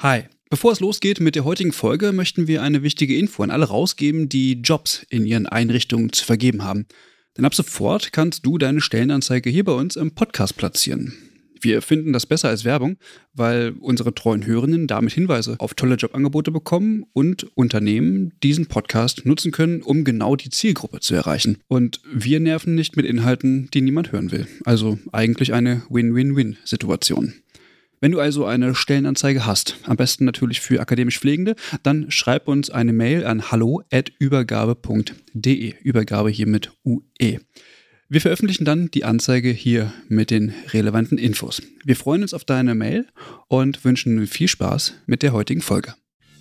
Hi. Bevor es losgeht mit der heutigen Folge, möchten wir eine wichtige Info an alle rausgeben, die Jobs in ihren Einrichtungen zu vergeben haben. Denn ab sofort kannst du deine Stellenanzeige hier bei uns im Podcast platzieren. Wir finden das besser als Werbung, weil unsere treuen Hörerinnen damit Hinweise auf tolle Jobangebote bekommen und Unternehmen diesen Podcast nutzen können, um genau die Zielgruppe zu erreichen. Und wir nerven nicht mit Inhalten, die niemand hören will. Also eigentlich eine Win-Win-Win-Situation. Wenn du also eine Stellenanzeige hast, am besten natürlich für akademisch Pflegende, dann schreib uns eine Mail an hallo@übergabe.de. Übergabe hier mit UE. Wir veröffentlichen dann die Anzeige hier mit den relevanten Infos. Wir freuen uns auf deine Mail und wünschen nun viel Spaß mit der heutigen Folge.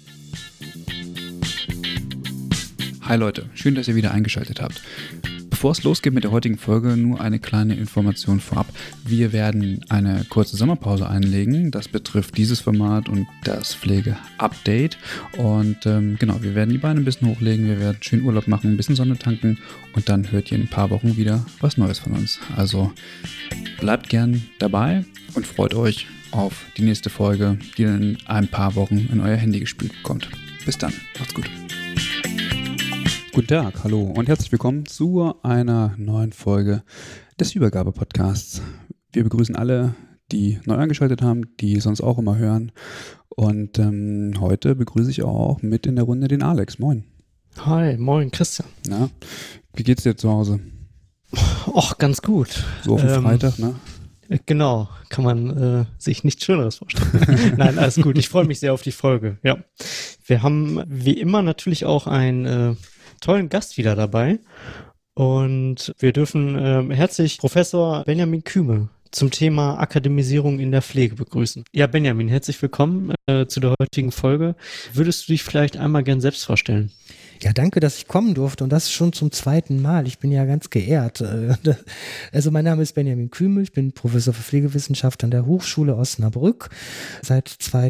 Hi Leute, schön, dass ihr wieder eingeschaltet habt. Bevor es losgeht mit der heutigen Folge, nur eine kleine Information vorab. Wir werden eine kurze Sommerpause einlegen. Das betrifft dieses Format und das Pflege-Update. Und wir werden die Beine ein bisschen hochlegen. Wir werden schön Urlaub machen, ein bisschen Sonne tanken und dann hört ihr in ein paar Wochen wieder was Neues von uns. Also bleibt gern dabei und freut euch auf die nächste Folge, die dann in ein paar Wochen in euer Handy gespült bekommt. Bis dann, macht's gut. Guten Tag, hallo und herzlich willkommen zu einer neuen Folge des Übergabe-Podcasts. Wir begrüßen alle, die neu eingeschaltet haben, die sonst auch immer hören. Und heute begrüße ich auch mit in der Runde den Alex. Moin. Hi, moin Christian. Na, wie geht's dir zu Hause? Och, ganz gut. So auf dem Freitag, ne? Genau, kann man sich nichts Schöneres vorstellen. Nein, alles gut. Ich freue mich sehr auf die Folge. Ja, wir haben wie immer natürlich auch ein tollen Gast wieder dabei und wir dürfen herzlich Professor Benjamin Küme zum Thema Akademisierung in der Pflege begrüßen. Ja, Benjamin, herzlich willkommen zu der heutigen Folge. Würdest du dich vielleicht einmal gern selbst vorstellen? Ja, danke, dass ich kommen durfte und das schon zum zweiten Mal. Ich bin ja ganz geehrt. Also mein Name ist Benjamin Küme, ich bin Professor für Pflegewissenschaft an der Hochschule Osnabrück seit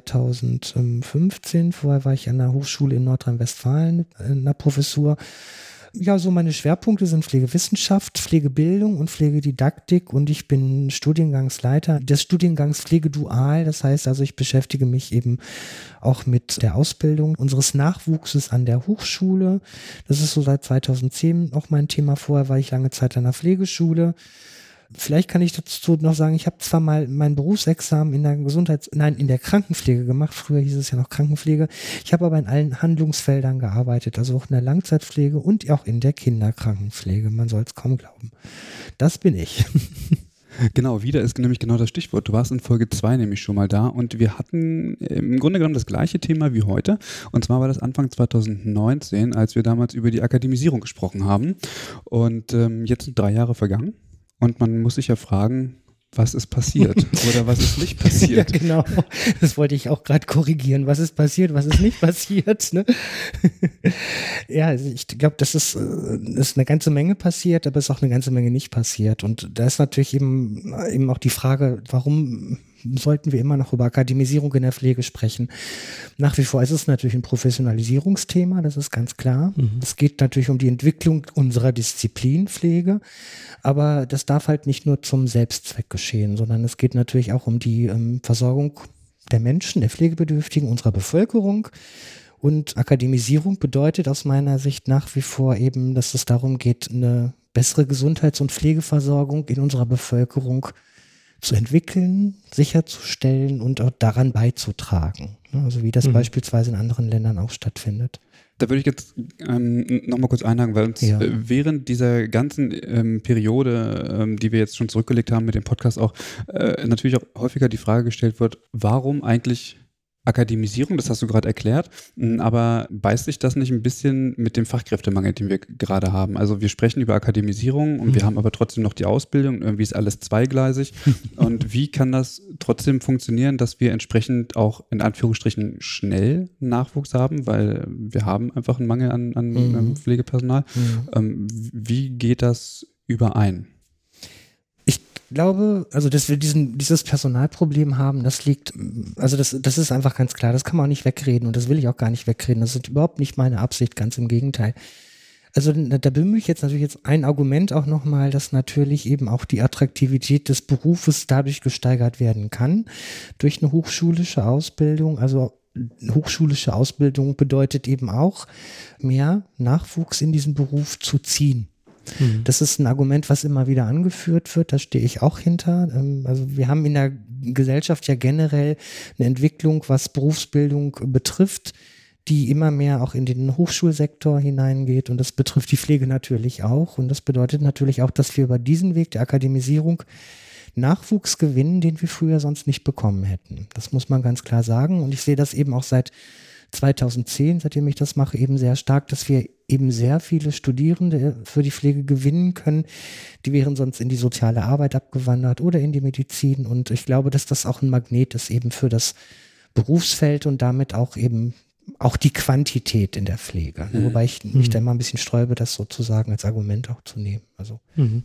2015. Vorher war ich an der Hochschule in Nordrhein-Westfalen in der Professur. Ja, so meine Schwerpunkte sind Pflegewissenschaft, Pflegebildung und Pflegedidaktik und ich bin Studiengangsleiter des Studiengangs Pflegedual. Das heißt also, ich beschäftige mich eben auch mit der Ausbildung unseres Nachwuchses an der Hochschule. Das ist so seit 2010 auch mein Thema. Vorher war ich lange Zeit an der Pflegeschule. Vielleicht kann ich dazu noch sagen, ich habe zwar mal mein Berufsexamen in der in der Krankenpflege gemacht. Früher hieß es ja noch Krankenpflege. Ich habe aber in allen Handlungsfeldern gearbeitet, also auch in der Langzeitpflege und auch in der Kinderkrankenpflege. Man soll es kaum glauben. Das bin ich. Genau, wieder ist nämlich genau das Stichwort. Du warst in Folge 2 nämlich schon mal da und wir hatten im Grunde genommen das gleiche Thema wie heute. Und zwar war das Anfang 2019, als wir damals über die Akademisierung gesprochen haben. Und jetzt sind 3 Jahre vergangen. Und man muss sich ja fragen, was ist passiert oder was ist nicht passiert. Ja, genau. Das wollte ich auch gerade korrigieren. Was ist passiert, was ist nicht passiert. Ne? Ja, also ich glaube, das ist eine ganze Menge passiert, aber es ist auch eine ganze Menge nicht passiert. Und da ist natürlich eben auch die Frage, warum sollten wir immer noch über Akademisierung in der Pflege sprechen. Nach wie vor ist es natürlich ein Professionalisierungsthema, das ist ganz klar. Es geht natürlich um die Entwicklung unserer Disziplin Pflege, aber das darf halt nicht nur zum Selbstzweck geschehen, sondern es geht natürlich auch um die Versorgung der Menschen, der Pflegebedürftigen, unserer Bevölkerung. Und Akademisierung bedeutet aus meiner Sicht nach wie vor eben, dass es darum geht, eine bessere Gesundheits- und Pflegeversorgung in unserer Bevölkerung zu entwickeln, sicherzustellen und auch daran beizutragen. Also wie das beispielsweise in anderen Ländern auch stattfindet. Da würde ich jetzt nochmal kurz einhaken, weil uns während dieser ganzen Periode, die wir jetzt schon zurückgelegt haben mit dem Podcast auch, natürlich auch häufiger die Frage gestellt wird, warum eigentlich Akademisierung, das hast du gerade erklärt, aber beißt sich das nicht ein bisschen mit dem Fachkräftemangel, den wir gerade haben? Also wir sprechen über Akademisierung und wir haben aber trotzdem noch die Ausbildung, irgendwie ist alles zweigleisig. Und wie kann das trotzdem funktionieren, dass wir entsprechend auch in Anführungsstrichen schnell Nachwuchs haben, weil wir haben einfach einen Mangel an Pflegepersonal. Wie geht das überein? Ich glaube, also dass wir dieses Personalproblem haben, das ist einfach ganz klar, das kann man auch nicht wegreden und das will ich auch gar nicht wegreden, das ist überhaupt nicht meine Absicht, ganz im Gegenteil. Also da bemühe ich jetzt natürlich ein Argument auch nochmal, dass natürlich eben auch die Attraktivität des Berufes dadurch gesteigert werden kann, durch eine hochschulische Ausbildung, also hochschulische Ausbildung bedeutet eben auch, mehr Nachwuchs in diesen Beruf zu ziehen. Das ist ein Argument, was immer wieder angeführt wird, da stehe ich auch hinter. Also wir haben in der Gesellschaft ja generell eine Entwicklung, was Berufsbildung betrifft, die immer mehr auch in den Hochschulsektor hineingeht, und das betrifft die Pflege natürlich auch, und das bedeutet natürlich auch, dass wir über diesen Weg der Akademisierung Nachwuchs gewinnen, den wir früher sonst nicht bekommen hätten. Das muss man ganz klar sagen, und ich sehe das eben auch seit 2010, seitdem ich das mache, eben sehr stark, dass wir eben sehr viele Studierende für die Pflege gewinnen können. Die wären sonst in die soziale Arbeit abgewandert oder in die Medizin, und ich glaube, dass das auch ein Magnet ist eben für das Berufsfeld und damit auch eben auch die Quantität in der Pflege. Wobei ich mich da immer ein bisschen sträube, das sozusagen als Argument auch zu nehmen. Also.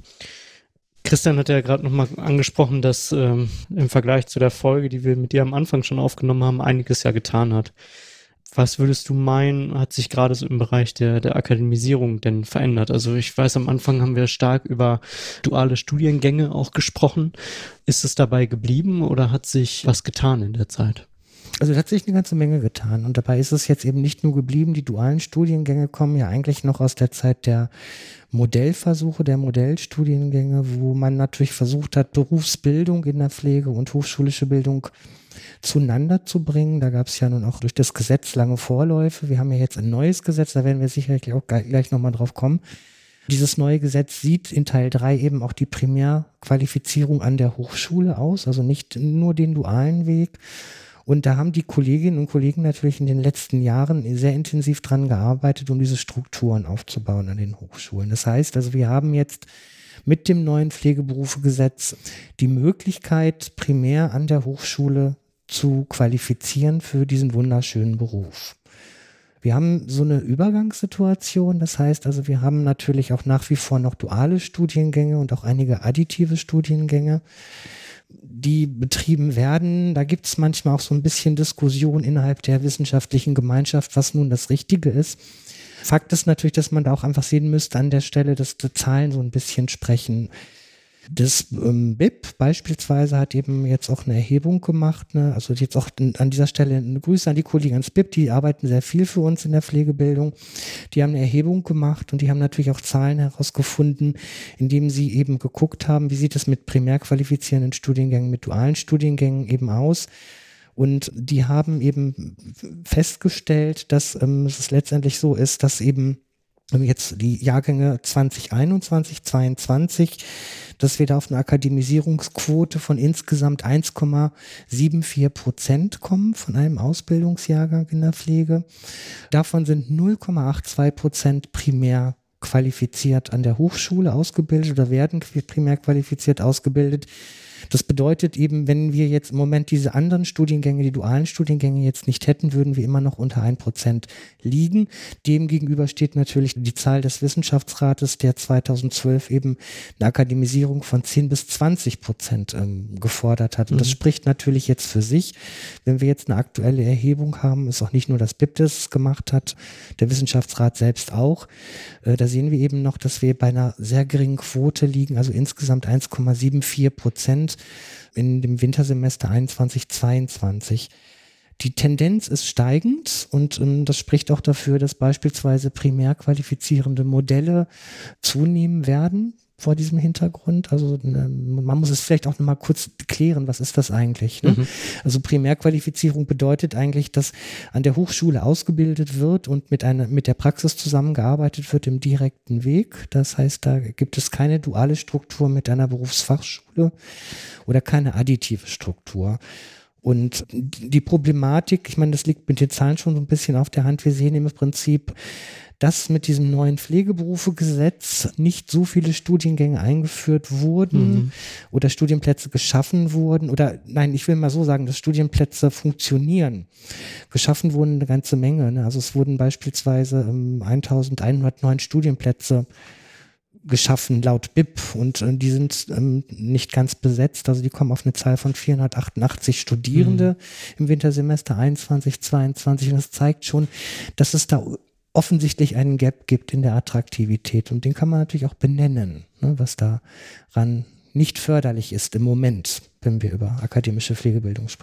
Christian hat ja gerade nochmal angesprochen, dass im Vergleich zu der Folge, die wir mit dir am Anfang schon aufgenommen haben, einiges ja getan hat. Was würdest du meinen, hat sich gerade so im Bereich der Akademisierung denn verändert? Also ich weiß, am Anfang haben wir stark über duale Studiengänge auch gesprochen. Ist es dabei geblieben oder hat sich was getan in der Zeit? Also es hat sich eine ganze Menge getan, und dabei ist es jetzt eben nicht nur geblieben, die dualen Studiengänge kommen ja eigentlich noch aus der Zeit der Modellversuche, der Modellstudiengänge, wo man natürlich versucht hat, Berufsbildung in der Pflege und hochschulische Bildung zueinander zu bringen. Da gab es ja nun auch durch das Gesetz lange Vorläufe. Wir haben ja jetzt ein neues Gesetz, da werden wir sicherlich auch gleich nochmal drauf kommen. Dieses neue Gesetz sieht in Teil 3 eben auch die Primärqualifizierung an der Hochschule aus, also nicht nur den dualen Weg. Und da haben die Kolleginnen und Kollegen natürlich in den letzten Jahren sehr intensiv dran gearbeitet, um diese Strukturen aufzubauen an den Hochschulen. Das heißt also, wir haben jetzt mit dem neuen Pflegeberufegesetz die Möglichkeit, primär an der Hochschule zu qualifizieren für diesen wunderschönen Beruf. Wir haben so eine Übergangssituation, das heißt also, wir haben natürlich auch nach wie vor noch duale Studiengänge und auch einige additive Studiengänge, die betrieben werden. Da gibt es manchmal auch so ein bisschen Diskussion innerhalb der wissenschaftlichen Gemeinschaft, was nun das Richtige ist. Fakt ist natürlich, dass man da auch einfach sehen müsste an der Stelle, dass die Zahlen so ein bisschen sprechen. Das BIP beispielsweise hat eben jetzt auch eine Erhebung gemacht, ne? Also jetzt auch an dieser Stelle eine Grüße an die Kollegen ans BIP, die arbeiten sehr viel für uns in der Pflegebildung. Die haben eine Erhebung gemacht und die haben natürlich auch Zahlen herausgefunden, indem sie eben geguckt haben, wie sieht es mit primär qualifizierenden Studiengängen, mit dualen Studiengängen eben aus. Und die haben eben festgestellt, dass es letztendlich so ist, dass eben jetzt die Jahrgänge 2021, 22, dass wir da auf eine Akademisierungsquote von insgesamt 1,74% kommen von einem Ausbildungsjahrgang in der Pflege. Davon sind 0,82% primär qualifiziert an der Hochschule ausgebildet oder werden primär qualifiziert ausgebildet. Das bedeutet eben, wenn wir jetzt im Moment diese anderen Studiengänge, die dualen Studiengänge jetzt nicht hätten, würden wir immer noch unter 1% liegen. Demgegenüber steht natürlich die Zahl des Wissenschaftsrates, der 2012 eben eine Akademisierung von 10-20% gefordert hat. Und das spricht natürlich jetzt für sich. Wenn wir jetzt eine aktuelle Erhebung haben, ist auch nicht nur das BIP, das es gemacht hat, der Wissenschaftsrat selbst auch. Da sehen wir eben noch, dass wir bei einer sehr geringen Quote liegen, also insgesamt 1,74% in dem Wintersemester 21/22. Die Tendenz ist steigend und das spricht auch dafür, dass beispielsweise primär qualifizierende Modelle zunehmen werden vor diesem Hintergrund. Also man muss es vielleicht auch nochmal kurz klären, was ist das eigentlich? Ne? Also Primärqualifizierung bedeutet eigentlich, dass an der Hochschule ausgebildet wird und mit der Praxis zusammengearbeitet wird im direkten Weg. Das heißt, da gibt es keine duale Struktur mit einer Berufsfachschule oder keine additive Struktur. Und die Problematik, ich meine, das liegt mit den Zahlen schon so ein bisschen auf der Hand. Wir sehen im Prinzip, dass mit diesem neuen Pflegeberufegesetz nicht so viele Studiengänge eingeführt wurden oder Studienplätze geschaffen wurden oder nein, ich will mal so sagen, dass Studienplätze funktionieren. Geschaffen wurden eine ganze Menge. Ne? Also es wurden beispielsweise 1109 Studienplätze geschaffen laut BIP und die sind nicht ganz besetzt, also die kommen auf eine Zahl von 488 Studierende im Wintersemester 21/22 und das zeigt schon, dass es da offensichtlich einen Gap gibt in der Attraktivität und den kann man natürlich auch benennen, ne, was daran nicht förderlich ist im Moment, wenn wir über akademische Pflegebildung sprechen.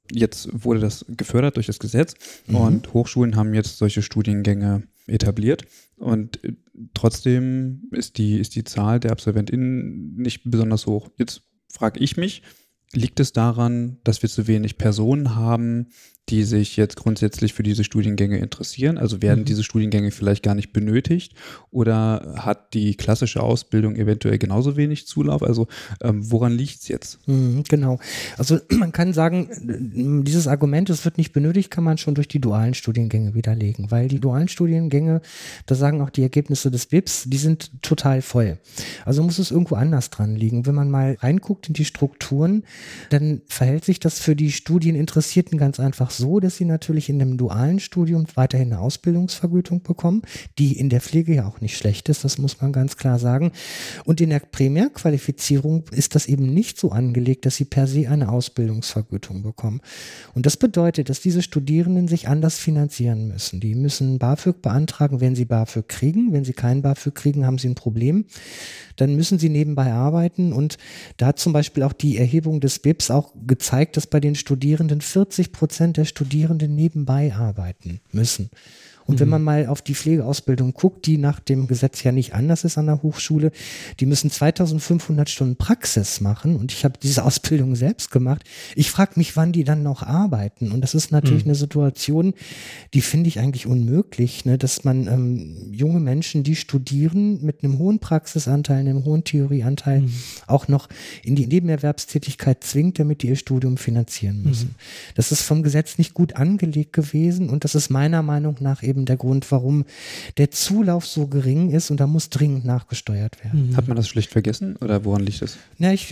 Jetzt wurde das gefördert durch das Gesetz und Hochschulen haben jetzt solche Studiengänge etabliert und trotzdem ist die Zahl der AbsolventInnen nicht besonders hoch. Jetzt frage ich mich, liegt es daran, dass wir zu wenig Personen haben, die sich jetzt grundsätzlich für diese Studiengänge interessieren? Also werden diese Studiengänge vielleicht gar nicht benötigt oder hat die klassische Ausbildung eventuell genauso wenig Zulauf? Also woran liegt es jetzt? Genau. Also man kann sagen, dieses Argument, es wird nicht benötigt, kann man schon durch die dualen Studiengänge widerlegen, weil die dualen Studiengänge, da sagen auch die Ergebnisse des BIPs, die sind total voll. Also muss es irgendwo anders dran liegen. Wenn man mal reinguckt in die Strukturen, dann verhält sich das für die Studieninteressierten ganz einfach so, dass sie natürlich in dem dualen Studium weiterhin eine Ausbildungsvergütung bekommen, die in der Pflege ja auch nicht schlecht ist, das muss man ganz klar sagen. Und in der Primärqualifizierung ist das eben nicht so angelegt, dass sie per se eine Ausbildungsvergütung bekommen. Und das bedeutet, dass diese Studierenden sich anders finanzieren müssen. Die müssen BAföG beantragen, wenn sie BAföG kriegen. Wenn sie kein BAföG kriegen, haben sie ein Problem. Dann müssen sie nebenbei arbeiten und da hat zum Beispiel auch die Erhebung des BIPs auch gezeigt, dass bei den Studierenden 40% der Studierenden nebenbei arbeiten müssen. Und wenn man mal auf die Pflegeausbildung guckt, die nach dem Gesetz ja nicht anders ist an der Hochschule, die müssen 2500 Stunden Praxis machen und ich habe diese Ausbildung selbst gemacht. Ich frage mich, wann die dann noch arbeiten und das ist natürlich eine Situation, die finde ich eigentlich unmöglich, ne? Dass man junge Menschen, die studieren, mit einem hohen Praxisanteil, einem hohen Theorieanteil auch noch in die Nebenerwerbstätigkeit zwingt, damit die ihr Studium finanzieren müssen. Das ist vom Gesetz nicht gut angelegt gewesen und das ist meiner Meinung nach eben der Grund, warum der Zulauf so gering ist und da muss dringend nachgesteuert werden. Hat man das schlicht vergessen oder woran liegt das? Na, ich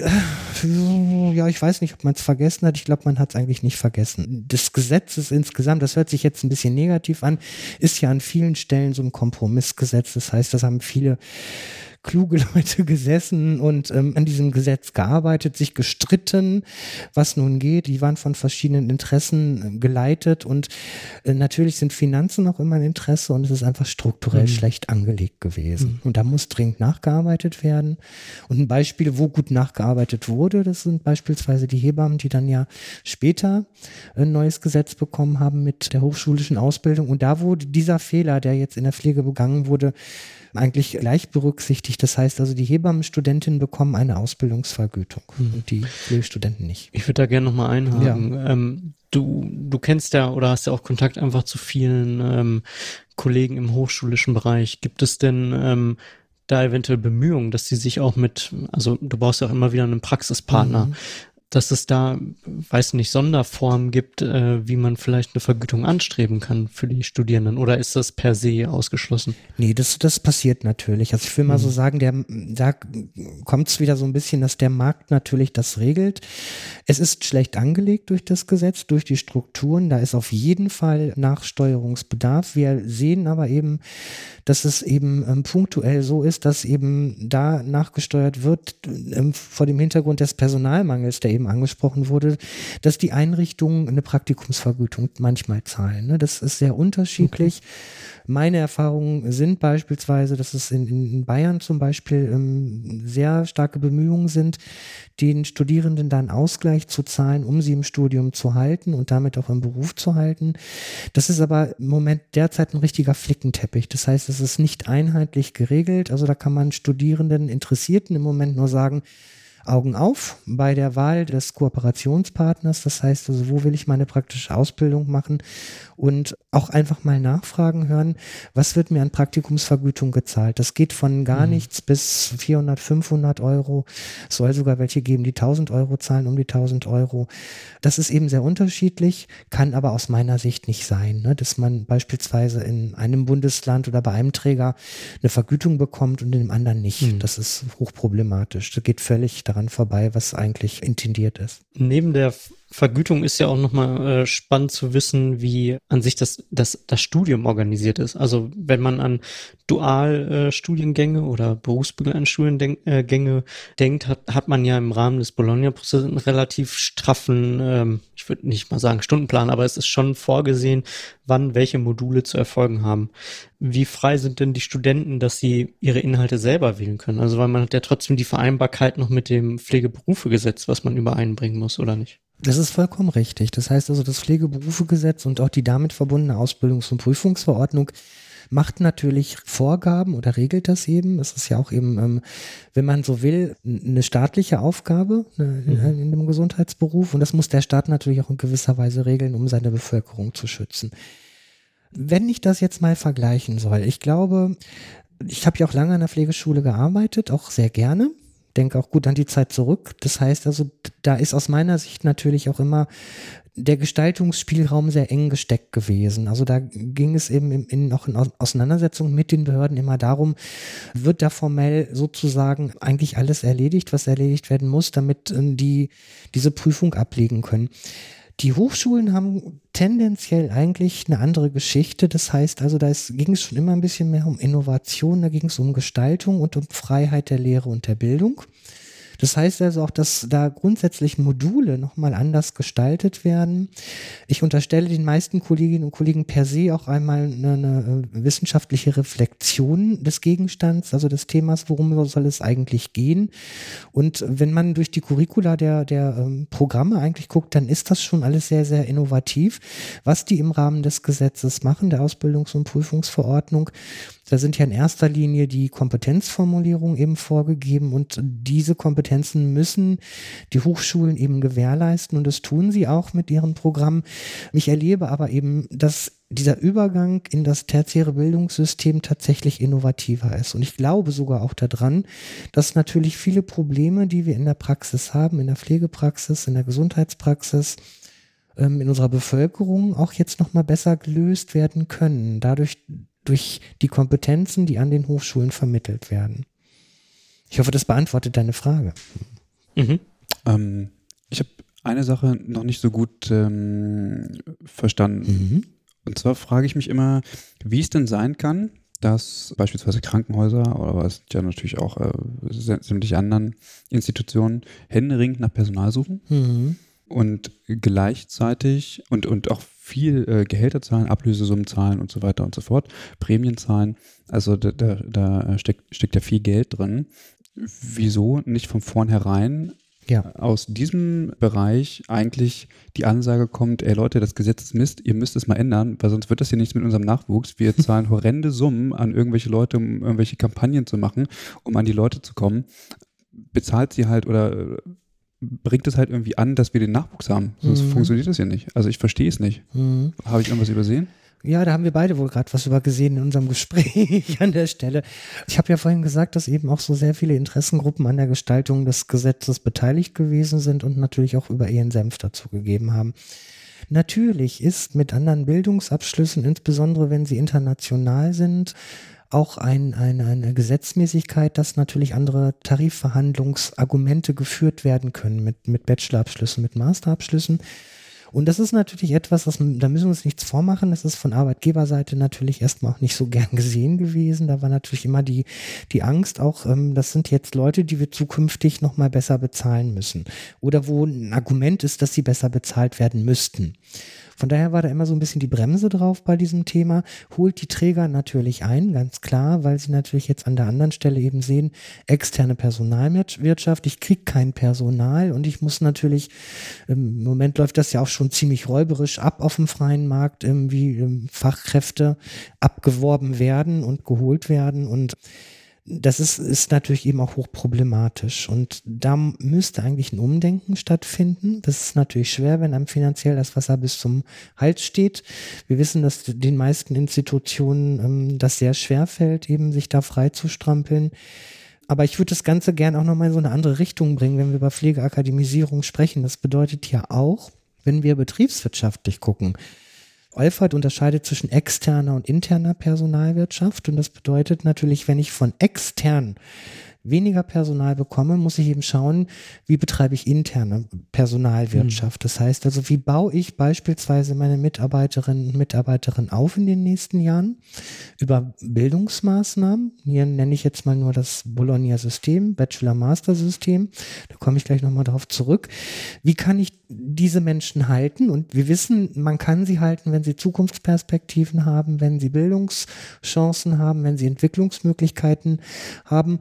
weiß nicht, ob man es vergessen hat. Ich glaube, man hat es eigentlich nicht vergessen. Das Gesetz ist insgesamt, das hört sich jetzt ein bisschen negativ an, ist ja an vielen Stellen so ein Kompromissgesetz. Das heißt, das haben viele kluge Leute gesessen und an diesem Gesetz gearbeitet, sich gestritten, was nun geht. Die waren von verschiedenen Interessen geleitet und natürlich sind Finanzen auch immer ein Interesse und es ist einfach strukturell schlecht angelegt gewesen. Und da muss dringend nachgearbeitet werden. Und ein Beispiel, wo gut nachgearbeitet wurde, das sind beispielsweise die Hebammen, die dann ja später ein neues Gesetz bekommen haben mit der hochschulischen Ausbildung. Und da wurde dieser Fehler, der jetzt in der Pflege begangen wurde, eigentlich gleich berücksichtigt. Das heißt also, die Hebammenstudentinnen bekommen eine Ausbildungsvergütung und die Pflegestudenten nicht. Ich würde da gerne nochmal einhaken. Ja. Du kennst ja oder hast ja auch Kontakt einfach zu vielen Kollegen im hochschulischen Bereich. Gibt es denn da eventuell Bemühungen, dass sie sich auch also du brauchst ja auch immer wieder einen Praxispartner, dass es da, weiß nicht, Sonderformen gibt, wie man vielleicht eine Vergütung anstreben kann für die Studierenden oder ist das per se ausgeschlossen? Nee, das passiert natürlich. Also ich will mal so sagen, da kommt es wieder so ein bisschen, dass der Markt natürlich das regelt. Es ist schlecht angelegt durch das Gesetz, durch die Strukturen. Da ist auf jeden Fall Nachsteuerungsbedarf. Wir sehen aber eben, dass es eben punktuell so ist, dass eben da nachgesteuert wird vor dem Hintergrund des Personalmangels, der eben angesprochen wurde, dass die Einrichtungen eine Praktikumsvergütung manchmal zahlen. Ne? Das ist sehr unterschiedlich. Okay. Meine Erfahrungen sind beispielsweise, dass es in Bayern zum Beispiel sehr starke Bemühungen sind, den Studierenden dann Ausgleich zu zahlen, um sie im Studium zu halten und damit auch im Beruf zu halten. Das ist aber im Moment derzeit ein richtiger Flickenteppich. Das heißt, es ist nicht einheitlich geregelt. Also da kann man Studierenden, Interessierten im Moment nur sagen, Augen auf bei der Wahl des Kooperationspartners. Das heißt also, wo will ich meine praktische Ausbildung machen? Und auch einfach mal nachfragen hören, was wird mir an Praktikumsvergütung gezahlt? Das geht von gar nichts bis 400, 500 Euro. Es soll sogar welche geben, die 1000 Euro zahlen, um die 1000 Euro. Das ist eben sehr unterschiedlich, kann aber aus meiner Sicht nicht sein, ne? Dass man beispielsweise in einem Bundesland oder bei einem Träger eine Vergütung bekommt und in dem anderen nicht. Das ist hochproblematisch. Das geht völlig daran vorbei, was eigentlich intendiert ist. Neben der Vergütung ist ja auch nochmal spannend zu wissen, wie an sich das Studium organisiert ist. Also wenn man an Dualstudiengänge oder berufsbegleitende Studiengänge denkt, hat man ja im Rahmen des Bologna-Prozesses einen relativ straffen, ich würde nicht mal sagen Stundenplan, aber es ist schon vorgesehen, wann welche Module zu erfolgen haben. Wie frei sind denn die Studenten, dass sie ihre Inhalte selber wählen können? Also weil man hat ja trotzdem die Vereinbarkeit noch mit dem Pflegeberufegesetz, was man übereinbringen muss, oder nicht? Das ist vollkommen richtig. Das heißt also, das Pflegeberufegesetz und auch die damit verbundene Ausbildungs- und Prüfungsverordnung macht natürlich Vorgaben oder regelt das eben. Es ist ja auch eben, wenn man so will, eine staatliche Aufgabe in einem Gesundheitsberuf. Und das muss der Staat natürlich auch in gewisser Weise regeln, um seine Bevölkerung zu schützen. Wenn ich das jetzt mal vergleichen soll, ich glaube, ich habe ja auch lange an der Pflegeschule gearbeitet, auch sehr gerne. Denke auch gut an die Zeit zurück. Das heißt also, da ist aus meiner Sicht natürlich auch immer der Gestaltungsspielraum sehr eng gesteckt gewesen. Also da ging es eben auch in Auseinandersetzung mit den Behörden immer darum, wird da formell sozusagen eigentlich alles erledigt, was erledigt werden muss, damit diese Prüfung ablegen können. Die Hochschulen haben tendenziell eigentlich eine andere Geschichte. Das heißt also, ging es schon immer ein bisschen mehr um Innovation, da ging es um Gestaltung und um Freiheit der Lehre und der Bildung. Das heißt also auch, dass da grundsätzlich Module nochmal anders gestaltet werden. Ich unterstelle den meisten Kolleginnen und Kollegen per se auch einmal eine wissenschaftliche Reflexion des Gegenstands, also des Themas, worum soll es eigentlich gehen. Und wenn man durch die Curricula der Programme eigentlich guckt, dann ist das schon alles sehr, sehr innovativ, was die im Rahmen des Gesetzes machen, der Ausbildungs- und Prüfungsverordnung. Da sind ja in erster Linie die Kompetenzformulierungen eben vorgegeben und diese Kompetenzen müssen die Hochschulen eben gewährleisten und das tun sie auch mit ihren Programmen. Ich erlebe aber eben, dass dieser Übergang in das tertiäre Bildungssystem tatsächlich innovativer ist. Und ich glaube sogar auch daran, dass natürlich viele Probleme, die wir in der Praxis haben, in der Pflegepraxis, in der Gesundheitspraxis, in unserer Bevölkerung auch jetzt nochmal besser gelöst werden können. Durch die Kompetenzen, die an den Hochschulen vermittelt werden. Ich hoffe, das beantwortet deine Frage. Ich habe eine Sache noch nicht so gut verstanden. Und zwar frage ich mich immer, wie es denn sein kann, dass beispielsweise Krankenhäuser oder was ja natürlich auch sämtliche anderen Institutionen händeringend nach Personal suchen. Und gleichzeitig und auch viel Gehälter zahlen, Ablösesummen zahlen und so weiter und so fort, Prämien zahlen, also da steckt ja viel Geld drin. Wieso nicht von vornherein aus diesem Bereich eigentlich die Ansage kommt, ey Leute, das Gesetz ist Mist, ihr müsst es mal ändern, weil sonst wird das hier nichts mit unserem Nachwuchs. Wir zahlen horrende Summen an irgendwelche Leute, um irgendwelche Kampagnen zu machen, um an die Leute zu kommen. Bezahlt sie halt oder bringt es halt irgendwie an, dass wir den Nachwuchs haben. Sonst funktioniert das ja nicht. Also ich verstehe es nicht. Habe ich irgendwas übersehen? Ja, da haben wir beide wohl gerade was übergesehen in unserem Gespräch an der Stelle. Ich habe ja vorhin gesagt, dass eben auch so sehr viele Interessengruppen an der Gestaltung des Gesetzes beteiligt gewesen sind und natürlich auch über ihren Senf dazu gegeben haben. Natürlich ist mit anderen Bildungsabschlüssen, insbesondere wenn sie international sind, auch eine Gesetzmäßigkeit, dass natürlich andere Tarifverhandlungsargumente geführt werden können mit Bachelorabschlüssen, mit Masterabschlüssen. Und das ist natürlich etwas, da müssen wir uns nichts vormachen, das ist von Arbeitgeberseite natürlich erstmal auch nicht so gern gesehen gewesen. Da war natürlich immer die Angst auch, das sind jetzt Leute, die wir zukünftig nochmal besser bezahlen müssen. Oder wo ein Argument ist, dass sie besser bezahlt werden müssten. Von daher war da immer so ein bisschen die Bremse drauf bei diesem Thema, holt die Träger natürlich ein, ganz klar, weil sie natürlich jetzt an der anderen Stelle eben sehen, externe Personalwirtschaft, ich kriege kein Personal und ich muss natürlich, im Moment läuft das ja auch schon ziemlich räuberisch ab auf dem freien Markt, wie Fachkräfte abgeworben werden und geholt werden und das ist natürlich eben auch hochproblematisch und da müsste eigentlich ein Umdenken stattfinden. Das ist natürlich schwer, wenn einem finanziell das Wasser bis zum Hals steht. Wir wissen, dass den meisten Institutionen das sehr schwer fällt, eben sich da frei zu strampeln. Aber ich würde das Ganze gern auch nochmal in so eine andere Richtung bringen, wenn wir über Pflegeakademisierung sprechen. Das bedeutet ja auch, wenn wir betriebswirtschaftlich gucken, Olfert unterscheidet zwischen externer und interner Personalwirtschaft und das bedeutet natürlich, wenn ich von extern weniger Personal bekomme, muss ich eben schauen, wie betreibe ich interne Personalwirtschaft. Das heißt also, wie baue ich beispielsweise meine Mitarbeiterinnen und Mitarbeiter auf in den nächsten Jahren über Bildungsmaßnahmen. Hier nenne ich jetzt mal nur das Bologna-System, Bachelor-Master-System. Da komme ich gleich nochmal darauf zurück. Wie kann ich diese Menschen halten? Und wir wissen, man kann sie halten, wenn sie Zukunftsperspektiven haben, wenn sie Bildungschancen haben, wenn sie Entwicklungsmöglichkeiten haben. Und da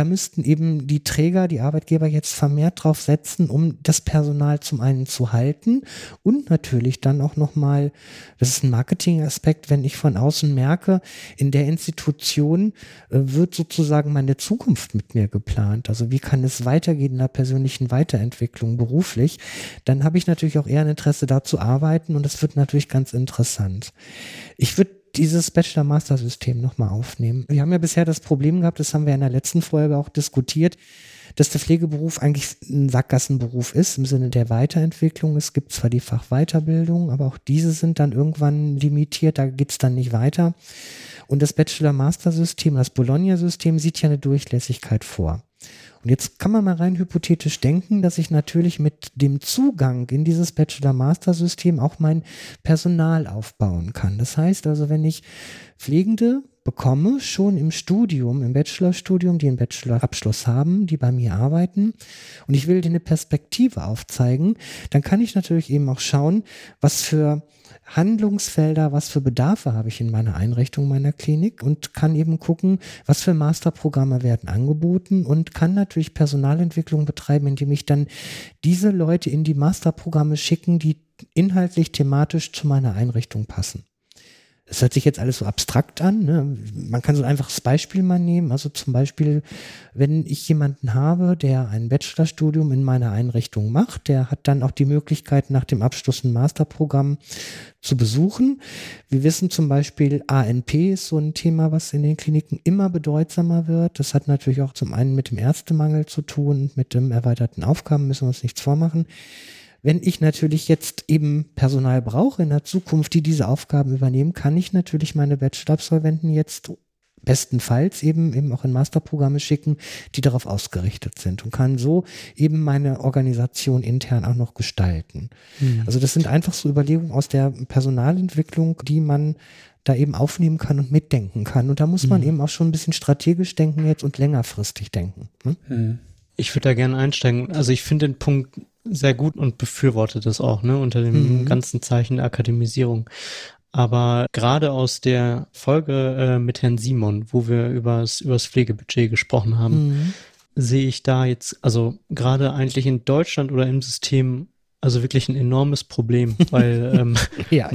da müssten eben die Träger, die Arbeitgeber jetzt vermehrt drauf setzen, um das Personal zum einen zu halten und natürlich dann auch nochmal, das ist ein Marketingaspekt, wenn ich von außen merke, in der Institution wird sozusagen meine Zukunft mit mir geplant. Also wie kann es weitergehen in der persönlichen Weiterentwicklung beruflich? Dann habe ich natürlich auch eher ein Interesse, da zu arbeiten und das wird natürlich ganz interessant. Ich würde dieses Bachelor-Master-System nochmal aufnehmen. Wir haben ja bisher das Problem gehabt, das haben wir in der letzten Folge auch diskutiert, dass der Pflegeberuf eigentlich ein Sackgassenberuf ist im Sinne der Weiterentwicklung. Es gibt zwar die Fachweiterbildung, aber auch diese sind dann irgendwann limitiert, da geht's dann nicht weiter. Und das Bachelor-Master-System, das Bologna-System sieht ja eine Durchlässigkeit vor. Und jetzt kann man mal rein hypothetisch denken, dass ich natürlich mit dem Zugang in dieses Bachelor-Master-System auch mein Personal aufbauen kann. Das heißt also, wenn ich Pflegende bekomme, schon im Studium, im Bachelorstudium, die einen Bachelorabschluss haben, die bei mir arbeiten und ich will denen eine Perspektive aufzeigen, dann kann ich natürlich eben auch schauen, was für Handlungsfelder, was für Bedarfe habe ich in meiner Einrichtung, meiner Klinik und kann eben gucken, was für Masterprogramme werden angeboten und kann natürlich Personalentwicklung betreiben, indem ich dann diese Leute in die Masterprogramme schicken, die inhaltlich, thematisch zu meiner Einrichtung passen. Das hört sich jetzt alles so abstrakt an, ne? Man kann so ein einfaches Beispiel mal nehmen. Also zum Beispiel, wenn ich jemanden habe, der ein Bachelorstudium in meiner Einrichtung macht, der hat dann auch die Möglichkeit, nach dem Abschluss ein Masterprogramm zu besuchen. Wir wissen zum Beispiel, ANP ist so ein Thema, was in den Kliniken immer bedeutsamer wird. Das hat natürlich auch zum einen mit dem Ärztemangel zu tun, mit dem erweiterten Aufgaben, müssen wir uns nichts vormachen. Wenn ich natürlich jetzt eben Personal brauche in der Zukunft, die diese Aufgaben übernehmen, kann ich natürlich meine Bachelor-Absolventen jetzt bestenfalls eben auch in Masterprogramme schicken, die darauf ausgerichtet sind und kann so eben meine Organisation intern auch noch gestalten. Also das sind einfach so Überlegungen aus der Personalentwicklung, die man da eben aufnehmen kann und mitdenken kann. Und da muss man eben auch schon ein bisschen strategisch denken jetzt und längerfristig denken. Ne? Ich würde da gerne einsteigen. Also ich finde den Punkt sehr gut und befürworte das auch, ne, unter dem ganzen Zeichen der Akademisierung. Aber gerade aus der Folge mit Herrn Simon, wo wir übers Pflegebudget gesprochen haben, sehe ich da jetzt, also gerade eigentlich in Deutschland oder im System, also wirklich ein enormes Problem, weil ja,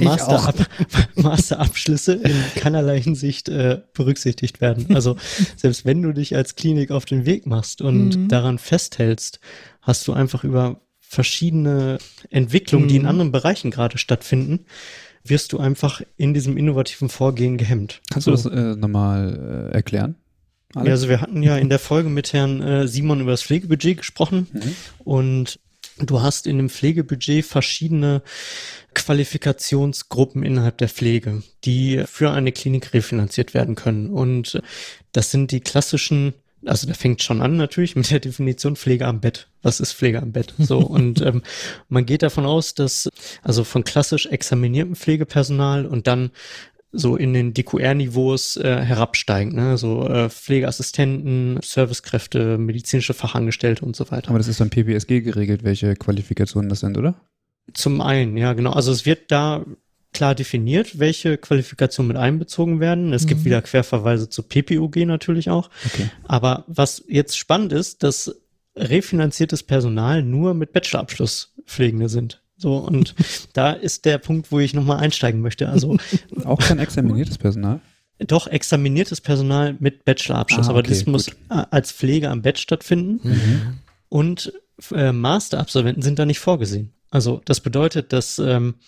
Masterabschlüsse in keinerlei Hinsicht berücksichtigt werden. Also selbst wenn du dich als Klinik auf den Weg machst und daran festhältst, hast du einfach über verschiedene Entwicklungen, die in anderen Bereichen gerade stattfinden, wirst du einfach in diesem innovativen Vorgehen gehemmt. Kannst du das nochmal erklären? Alex? Ja, also wir hatten ja in der Folge mit Herrn Simon über das Pflegebudget gesprochen und du hast in dem Pflegebudget verschiedene Qualifikationsgruppen innerhalb der Pflege, die für eine Klinik refinanziert werden können. Und das sind die klassischen, also da fängt schon an natürlich mit der Definition Pflege am Bett. Was ist Pflege am Bett? So, und man geht davon aus, dass also von klassisch examiniertem Pflegepersonal und dann so in den DQR-Niveaus herabsteigend, ne? So Pflegeassistenten, Servicekräfte, medizinische Fachangestellte und so weiter. Aber das ist dann PPSG geregelt, welche Qualifikationen das sind, oder? Zum einen, ja genau. Also es wird da klar definiert, welche Qualifikationen mit einbezogen werden. Es gibt wieder Querverweise zu PPUG natürlich auch. Okay. Aber was jetzt spannend ist, dass refinanziertes Personal nur mit Bachelorabschluss Pflegende sind. So, und da ist der Punkt, wo ich nochmal einsteigen möchte. Also auch kein examiniertes Personal? Doch, examiniertes Personal mit Bachelorabschluss, aber das muss als Pflege am Bett stattfinden. Und Masterabsolventen sind da nicht vorgesehen. Also das bedeutet, dass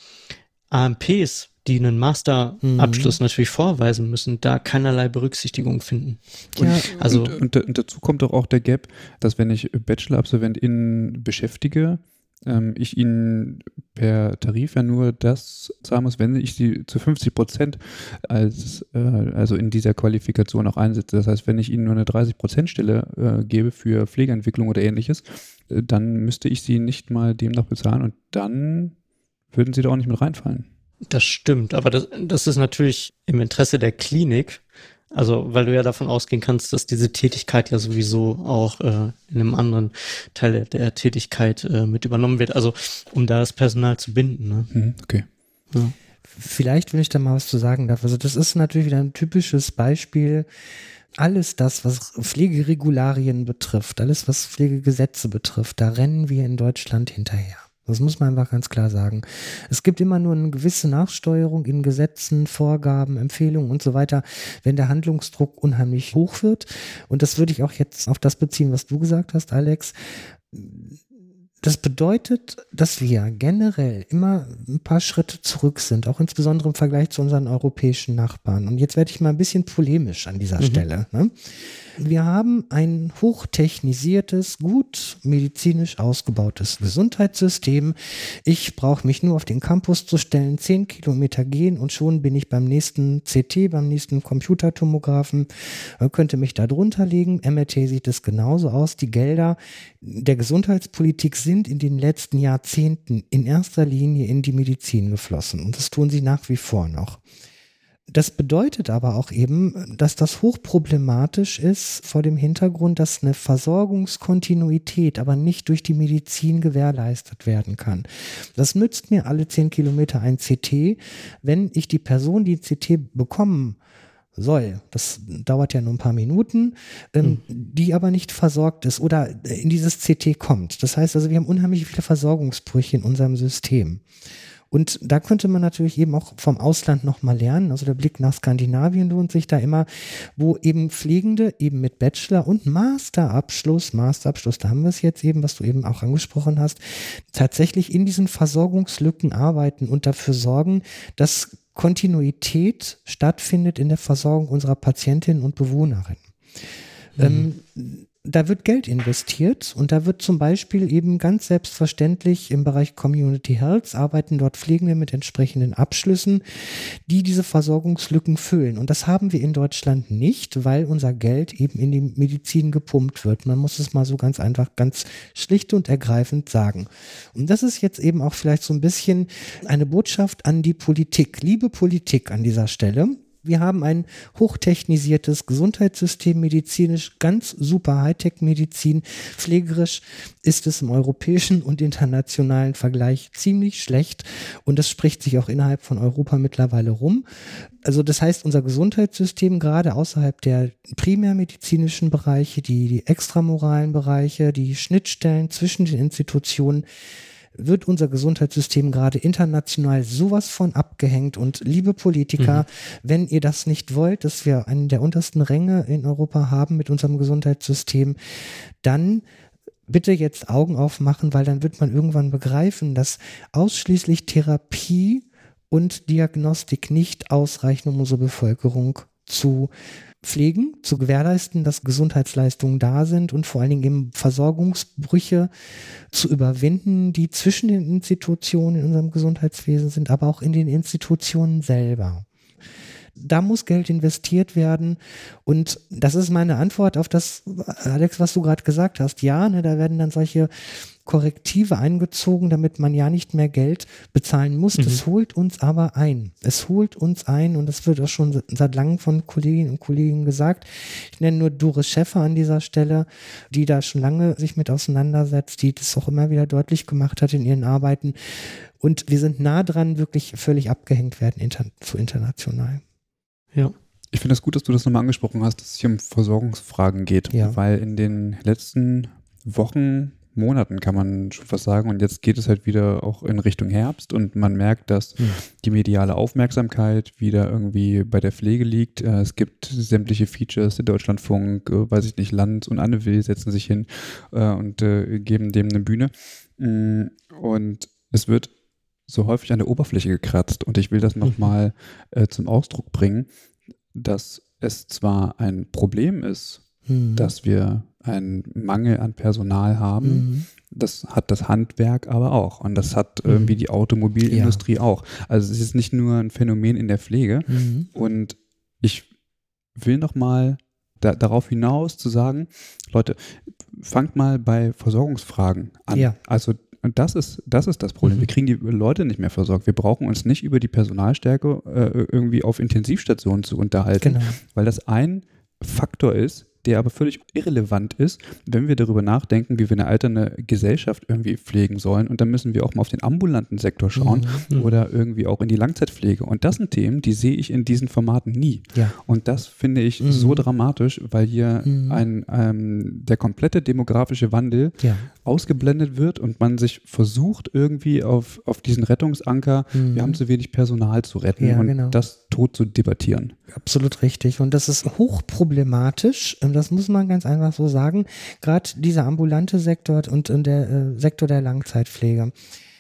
AMPs, die einen Masterabschluss natürlich vorweisen müssen, da keinerlei Berücksichtigung finden. Und dazu kommt doch auch der Gap, dass wenn ich BachelorabsolventInnen beschäftige, ich ihnen per Tarif ja nur das zahlen muss, wenn ich sie zu 50% also in dieser Qualifikation auch einsetze. Das heißt, wenn ich ihnen nur eine 30%-Stelle gebe für Pflegeentwicklung oder ähnliches, dann müsste ich sie nicht mal demnach bezahlen und dann würden sie da auch nicht mit reinfallen. Das stimmt, aber das ist natürlich im Interesse der Klinik, also weil du ja davon ausgehen kannst, dass diese Tätigkeit ja sowieso auch in einem anderen Teil der Tätigkeit mit übernommen wird, also um da das Personal zu binden. Ne? Okay. Ja. Vielleicht, wenn ich da mal was zu sagen darf, also das ist natürlich wieder ein typisches Beispiel, alles das, was Pflegeregularien betrifft, alles, was Pflegegesetze betrifft, da rennen wir in Deutschland hinterher. Das muss man einfach ganz klar sagen. Es gibt immer nur eine gewisse Nachsteuerung in Gesetzen, Vorgaben, Empfehlungen und so weiter, wenn der Handlungsdruck unheimlich hoch wird. Und das würde ich auch jetzt auf das beziehen, was du gesagt hast, Alex. Das bedeutet, dass wir generell immer ein paar Schritte zurück sind, auch insbesondere im Vergleich zu unseren europäischen Nachbarn. Und jetzt werde ich mal ein bisschen polemisch an dieser Stelle. Ne? Wir haben ein hochtechnisiertes, gut medizinisch ausgebautes Gesundheitssystem. Ich brauche mich nur auf den Campus zu stellen, 10 Kilometer gehen und schon bin ich beim nächsten CT, beim nächsten Computertomographen, könnte mich da drunter legen. MRT sieht es genauso aus. Die Gelder der Gesundheitspolitik sind in den letzten Jahrzehnten in erster Linie in die Medizin geflossen und das tun sie nach wie vor noch. Das bedeutet aber auch eben, dass das hochproblematisch ist vor dem Hintergrund, dass eine Versorgungskontinuität aber nicht durch die Medizin gewährleistet werden kann. Das nützt mir alle 10 Kilometer ein CT, wenn ich die Person, die CT bekommen soll, das dauert ja nur ein paar Minuten, die aber nicht versorgt ist oder in dieses CT kommt. Das heißt also, wir haben unheimlich viele Versorgungsbrüche in unserem System. Und da könnte man natürlich eben auch vom Ausland nochmal lernen. Also der Blick nach Skandinavien lohnt sich da immer, wo eben Pflegende eben mit Bachelor- und Masterabschluss, da haben wir es jetzt eben, was du eben auch angesprochen hast, tatsächlich in diesen Versorgungslücken arbeiten und dafür sorgen, dass Kontinuität stattfindet in der Versorgung unserer Patientinnen und Bewohnerinnen. Da wird Geld investiert und da wird zum Beispiel eben ganz selbstverständlich im Bereich Community Health arbeiten dort Pflegende mit entsprechenden Abschlüssen, die diese Versorgungslücken füllen. Und das haben wir in Deutschland nicht, weil unser Geld eben in die Medizin gepumpt wird. Man muss es mal so ganz einfach, ganz schlicht und ergreifend sagen. Und das ist jetzt eben auch vielleicht so ein bisschen eine Botschaft an die Politik. Liebe Politik an dieser Stelle. Wir haben ein hochtechnisiertes Gesundheitssystem, medizinisch ganz super Hightech-Medizin. Pflegerisch ist es im europäischen und internationalen Vergleich ziemlich schlecht und das spricht sich auch innerhalb von Europa mittlerweile rum. Also das heißt, unser Gesundheitssystem, gerade außerhalb der primärmedizinischen Bereiche, die extramoralen Bereiche, die Schnittstellen zwischen den Institutionen, wird unser Gesundheitssystem gerade international sowas von abgehängt. Und liebe Politiker, wenn ihr das nicht wollt, dass wir einen der untersten Ränge in Europa haben mit unserem Gesundheitssystem, dann bitte jetzt Augen aufmachen, weil dann wird man irgendwann begreifen, dass ausschließlich Therapie und Diagnostik nicht ausreichen, um unsere Bevölkerung zu pflegen, zu gewährleisten, dass Gesundheitsleistungen da sind und vor allen Dingen eben Versorgungsbrüche zu überwinden, die zwischen den Institutionen in unserem Gesundheitswesen sind, aber auch in den Institutionen selber. Da muss Geld investiert werden und das ist meine Antwort auf das, Alex, was du gerade gesagt hast. Ja, ne, da werden dann solche Korrektive eingezogen, damit man ja nicht mehr Geld bezahlen muss. Das holt uns aber ein. Es holt uns ein und das wird auch schon seit langem von Kolleginnen und Kollegen gesagt. Ich nenne nur Doris Schäffer an dieser Stelle, die da schon lange sich mit auseinandersetzt, die das auch immer wieder deutlich gemacht hat in ihren Arbeiten. Und wir sind nah dran, wirklich völlig abgehängt werden zu international. Ja. Ich finde es gut, dass du das nochmal angesprochen hast, dass es hier um Versorgungsfragen geht, weil in den letzten Wochen, Monaten kann man schon fast sagen und jetzt geht es halt wieder auch in Richtung Herbst und man merkt, dass die mediale Aufmerksamkeit wieder irgendwie bei der Pflege liegt. Es gibt sämtliche Features, der Deutschlandfunk, weiß ich nicht, Land und Anne Will setzen sich hin und geben dem eine Bühne und es wird so häufig an der Oberfläche gekratzt und ich will das nochmal zum Ausdruck bringen, dass es zwar ein Problem ist, dass wir einen Mangel an Personal haben, das hat das Handwerk aber auch und das hat irgendwie die Automobilindustrie auch. Also es ist nicht nur ein Phänomen in der Pflege und ich will nochmal darauf hinaus zu sagen, Leute, fangt mal bei Versorgungsfragen an. Ja. Also und das ist das Problem. Wir kriegen die Leute nicht mehr versorgt. Wir brauchen uns nicht über die Personalstärke irgendwie auf Intensivstationen zu unterhalten, weil das ein Faktor ist, der aber völlig irrelevant ist, wenn wir darüber nachdenken, wie wir eine alternde Gesellschaft irgendwie pflegen sollen. Und dann müssen wir auch mal auf den ambulanten Sektor schauen oder irgendwie auch in die Langzeitpflege. Und das sind Themen, die sehe ich in diesen Formaten nie. Ja. Und das finde ich so dramatisch, weil hier der komplette demografische Wandel ausgeblendet wird und man sich versucht, irgendwie auf diesen Rettungsanker, wir haben zu wenig Personal zu retten und das tot zu debattieren. Absolut richtig. Und das ist hochproblematisch. Das muss man ganz einfach so sagen. Gerade dieser ambulante Sektor und der Sektor der Langzeitpflege.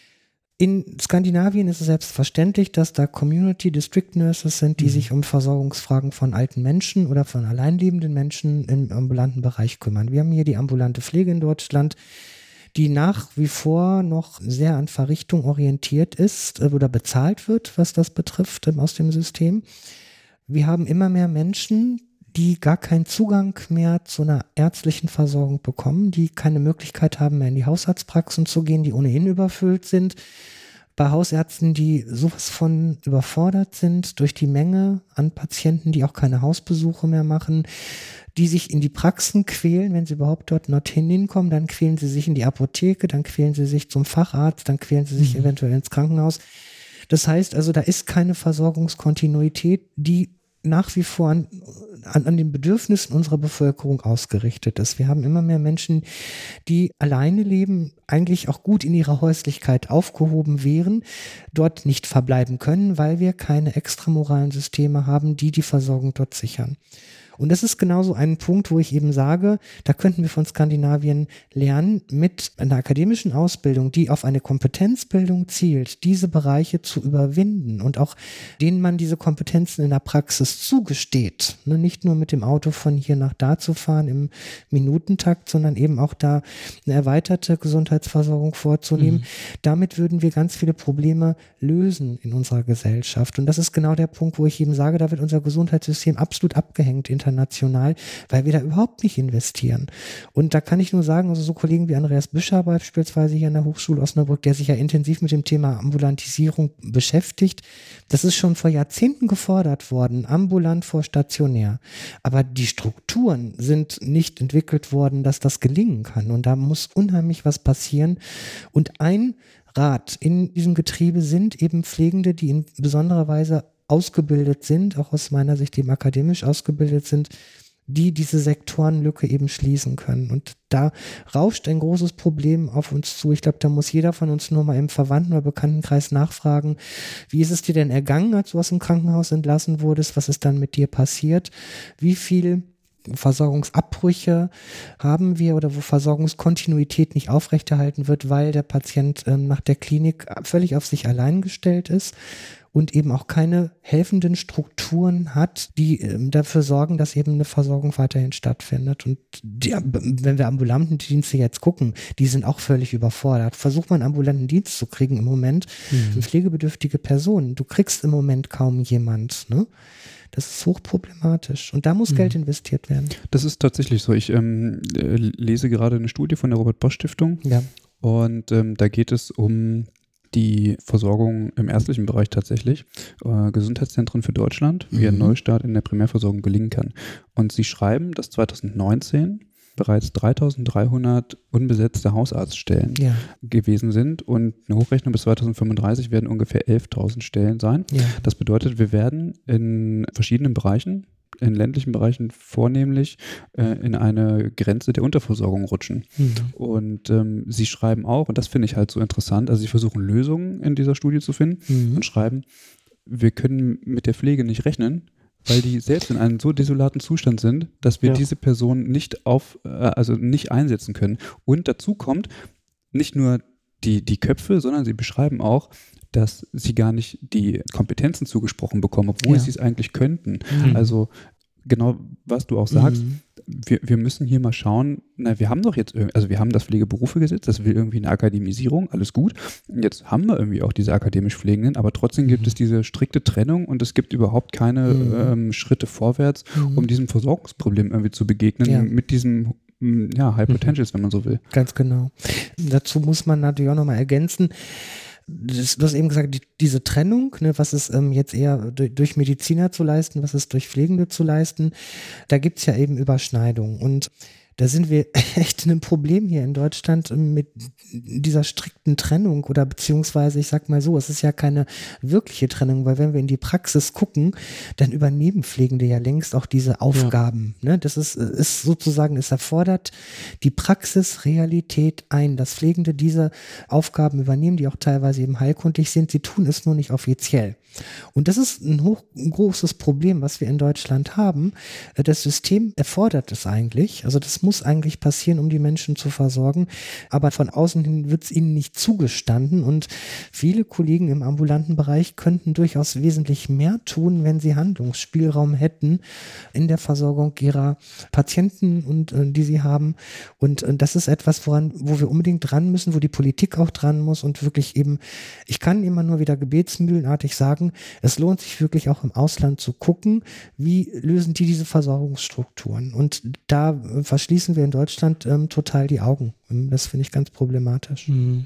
In Skandinavien ist es selbstverständlich, dass da Community District Nurses sind, die sich um Versorgungsfragen von alten Menschen oder von alleinlebenden Menschen im ambulanten Bereich kümmern. Wir haben hier die ambulante Pflege in Deutschland, die nach wie vor noch sehr an Verrichtung orientiert ist oder bezahlt wird, was das betrifft aus dem System. Wir haben immer mehr Menschen, die gar keinen Zugang mehr zu einer ärztlichen Versorgung bekommen, die keine Möglichkeit haben, mehr in die Hausarztpraxen zu gehen, die ohnehin überfüllt sind. Bei Hausärzten, die sowas von überfordert sind durch die Menge an Patienten, die auch keine Hausbesuche mehr machen, die sich in die Praxen quälen, wenn sie überhaupt dorthin hinkommen, dann quälen sie sich in die Apotheke, dann quälen sie sich zum Facharzt, dann quälen sie sich eventuell ins Krankenhaus. Das heißt also, da ist keine Versorgungskontinuität, die nach wie vor an den Bedürfnissen unserer Bevölkerung ausgerichtet ist. Wir haben immer mehr Menschen, die alleine leben, eigentlich auch gut in ihrer Häuslichkeit aufgehoben wären, dort nicht verbleiben können, weil wir keine extramoralen Systeme haben, die die Versorgung dort sichern. Und das ist genauso ein Punkt, wo ich eben sage, da könnten wir von Skandinavien lernen, mit einer akademischen Ausbildung, die auf eine Kompetenzbildung zielt, diese Bereiche zu überwinden und auch denen man diese Kompetenzen in der Praxis zugesteht. Nicht nur mit dem Auto von hier nach da zu fahren im Minutentakt, sondern eben auch da eine erweiterte Gesundheitsversorgung vorzunehmen. Damit würden wir ganz viele Probleme lösen in unserer Gesellschaft. Und das ist genau der Punkt, wo ich eben sage, da wird unser Gesundheitssystem absolut abgehängt international, weil wir da überhaupt nicht investieren. Und da kann ich nur sagen, also so Kollegen wie Andreas Büscher beispielsweise hier an der Hochschule Osnabrück, der sich ja intensiv mit dem Thema Ambulantisierung beschäftigt, das ist schon vor Jahrzehnten gefordert worden, ambulant vor stationär. Aber die Strukturen sind nicht entwickelt worden, dass das gelingen kann. Und da muss unheimlich was passieren. Und ein Rat in diesem Getriebe sind eben Pflegende, die in besonderer Weise ausgebildet sind, auch aus meiner Sicht eben akademisch ausgebildet sind, die diese Sektorenlücke eben schließen können. Und da rauscht ein großes Problem auf uns zu. Ich glaube, da muss jeder von uns nur mal im Verwandten- oder Bekanntenkreis nachfragen, wie ist es dir denn ergangen, als du aus dem Krankenhaus entlassen wurdest? Was ist dann mit dir passiert? Wie viel Versorgungsabbrüche haben wir oder wo Versorgungskontinuität nicht aufrechterhalten wird, weil der Patient nach der Klinik völlig auf sich allein gestellt ist und eben auch keine helfenden Strukturen hat, die dafür sorgen, dass eben eine Versorgung weiterhin stattfindet. Und wenn wir ambulanten Dienste jetzt gucken, die sind auch völlig überfordert. Versuch mal einen ambulanten Dienst zu kriegen im Moment. Eine pflegebedürftige Person, du kriegst im Moment kaum jemand, ne? Das ist hochproblematisch und da muss Geld investiert werden. Das ist tatsächlich so. Ich lese gerade eine Studie von der Robert-Bosch-Stiftung und da geht es um die Versorgung im ärztlichen Bereich tatsächlich, Gesundheitszentren für Deutschland, wie ein Neustart in der Primärversorgung gelingen kann. Und sie schreiben, dass 2019 bereits 3.300 unbesetzte Hausarztstellen gewesen sind und eine Hochrechnung bis 2035 werden ungefähr 11.000 Stellen sein. Ja. Das bedeutet, wir werden in verschiedenen Bereichen, in ländlichen Bereichen vornehmlich in eine Grenze der Unterversorgung rutschen. Und sie schreiben auch, und das finde ich halt so interessant, also sie versuchen Lösungen in dieser Studie zu finden und schreiben, wir können mit der Pflege nicht rechnen, weil die selbst in einem so desolaten Zustand sind, dass wir diese Person nicht nicht einsetzen können. Und dazu kommt nicht nur die Köpfe, sondern sie beschreiben auch, dass sie gar nicht die Kompetenzen zugesprochen bekommen, obwohl sie es eigentlich könnten. Also genau, was du auch sagst, wir müssen hier mal schauen, wir haben doch jetzt, also wir haben das Pflegeberufegesetz, das will irgendwie eine Akademisierung, alles gut. Jetzt haben wir irgendwie auch diese akademisch Pflegenden, aber trotzdem gibt es diese strikte Trennung und es gibt überhaupt keine Schritte vorwärts, um diesem Versorgungsproblem irgendwie zu begegnen, mit diesem High Potentials, wenn man so will. Ganz genau. Dazu muss man natürlich auch nochmal ergänzen, du hast eben gesagt, diese Trennung, ne, was ist jetzt eher durch Mediziner zu leisten, was ist durch Pflegende zu leisten, da gibt es ja eben Überschneidungen. Und da sind wir echt in einem Problem hier in Deutschland mit dieser strikten Trennung oder beziehungsweise, ich sag mal so, es ist ja keine wirkliche Trennung, weil wenn wir in die Praxis gucken, dann übernehmen Pflegende ja längst auch diese Aufgaben. Ja. Ne? Das ist sozusagen, es erfordert die Praxisrealität ein, dass Pflegende diese Aufgaben übernehmen, die auch teilweise eben heilkundlich sind. Sie tun es nur nicht offiziell. Und das ist ein großes Problem, was wir in Deutschland haben. Das System erfordert es eigentlich. Also das muss eigentlich passieren, um die Menschen zu versorgen. Aber von außen hin wird es ihnen nicht zugestanden. Und viele Kollegen im ambulanten Bereich könnten durchaus wesentlich mehr tun, wenn sie Handlungsspielraum hätten in der Versorgung ihrer Patienten und die sie haben. Und das ist etwas, wo wir unbedingt dran müssen, wo die Politik auch dran muss und wirklich eben, ich kann immer nur wieder gebetsmühlenartig sagen, es lohnt sich wirklich auch im Ausland zu gucken, wie lösen die diese Versorgungsstrukturen. Und da verschließen wir in Deutschland total die Augen. Das finde ich ganz problematisch.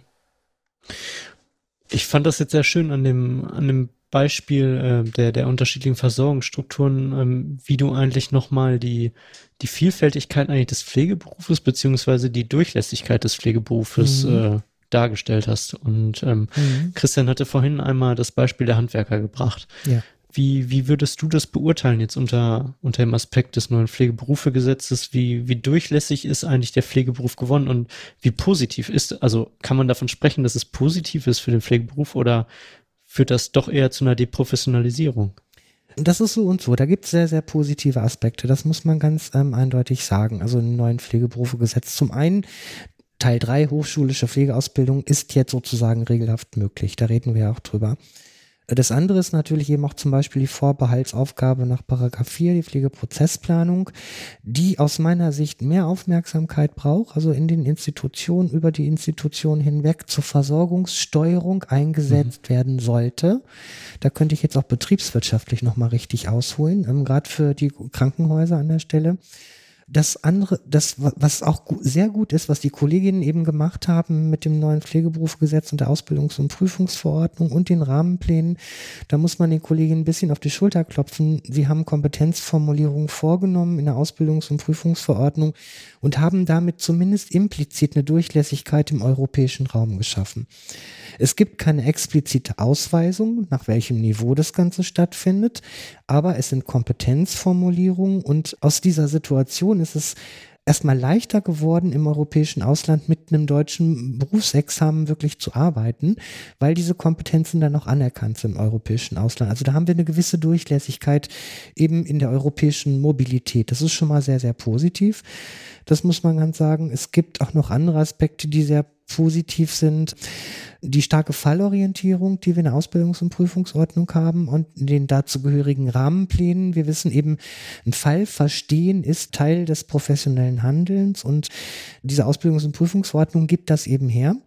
Ich fand das jetzt sehr schön an dem Beispiel der unterschiedlichen Versorgungsstrukturen, wie du eigentlich nochmal die Vielfältigkeit eigentlich des Pflegeberufes beziehungsweise die Durchlässigkeit des Pflegeberufes dargestellt hast. Und Christian hatte vorhin einmal das Beispiel der Handwerker gebracht. Ja. Wie würdest du das beurteilen jetzt unter dem Aspekt des neuen Pflegeberufegesetzes? Wie durchlässig ist eigentlich der Pflegeberuf geworden und wie positiv ist, also kann man davon sprechen, dass es positiv ist für den Pflegeberuf oder führt das doch eher zu einer Deprofessionalisierung? Das ist so und so. Da gibt es sehr, sehr positive Aspekte. Das muss man ganz eindeutig sagen. Also im neuen Pflegeberufegesetz. Zum einen Teil 3, hochschulische Pflegeausbildung, ist jetzt sozusagen regelhaft möglich. Da reden wir ja auch drüber. Das andere ist natürlich eben auch zum Beispiel die Vorbehaltsaufgabe nach § 4, die Pflegeprozessplanung, die aus meiner Sicht mehr Aufmerksamkeit braucht, also in den Institutionen, über die Institutionen hinweg zur Versorgungssteuerung eingesetzt werden sollte. Da könnte ich jetzt auch betriebswirtschaftlich nochmal richtig ausholen, gerade für die Krankenhäuser an der Stelle. Das andere, was auch sehr gut ist, was die Kolleginnen eben gemacht haben mit dem neuen Pflegeberufegesetz und der Ausbildungs- und Prüfungsverordnung und den Rahmenplänen, da muss man den Kolleginnen ein bisschen auf die Schulter klopfen. Sie haben Kompetenzformulierungen vorgenommen in der Ausbildungs- und Prüfungsverordnung und haben damit zumindest implizit eine Durchlässigkeit im europäischen Raum geschaffen. Es gibt keine explizite Ausweisung, nach welchem Niveau das Ganze stattfindet, aber es sind Kompetenzformulierungen und aus dieser Situation ist es erstmal leichter geworden, im europäischen Ausland mit einem deutschen Berufsexamen wirklich zu arbeiten, weil diese Kompetenzen dann auch anerkannt sind im europäischen Ausland. Also da haben wir eine gewisse Durchlässigkeit eben in der europäischen Mobilität. Das ist schon mal sehr, sehr positiv. Das muss man ganz sagen. Es gibt auch noch andere Aspekte, die sehr positiv sind. Die starke Fallorientierung, die wir in der Ausbildungs- und Prüfungsordnung haben und in den dazugehörigen Rahmenplänen. Wir wissen eben, ein Fall verstehen ist Teil des professionellen Handelns und diese Ausbildungs- und Prüfungsordnung gibt das eben her.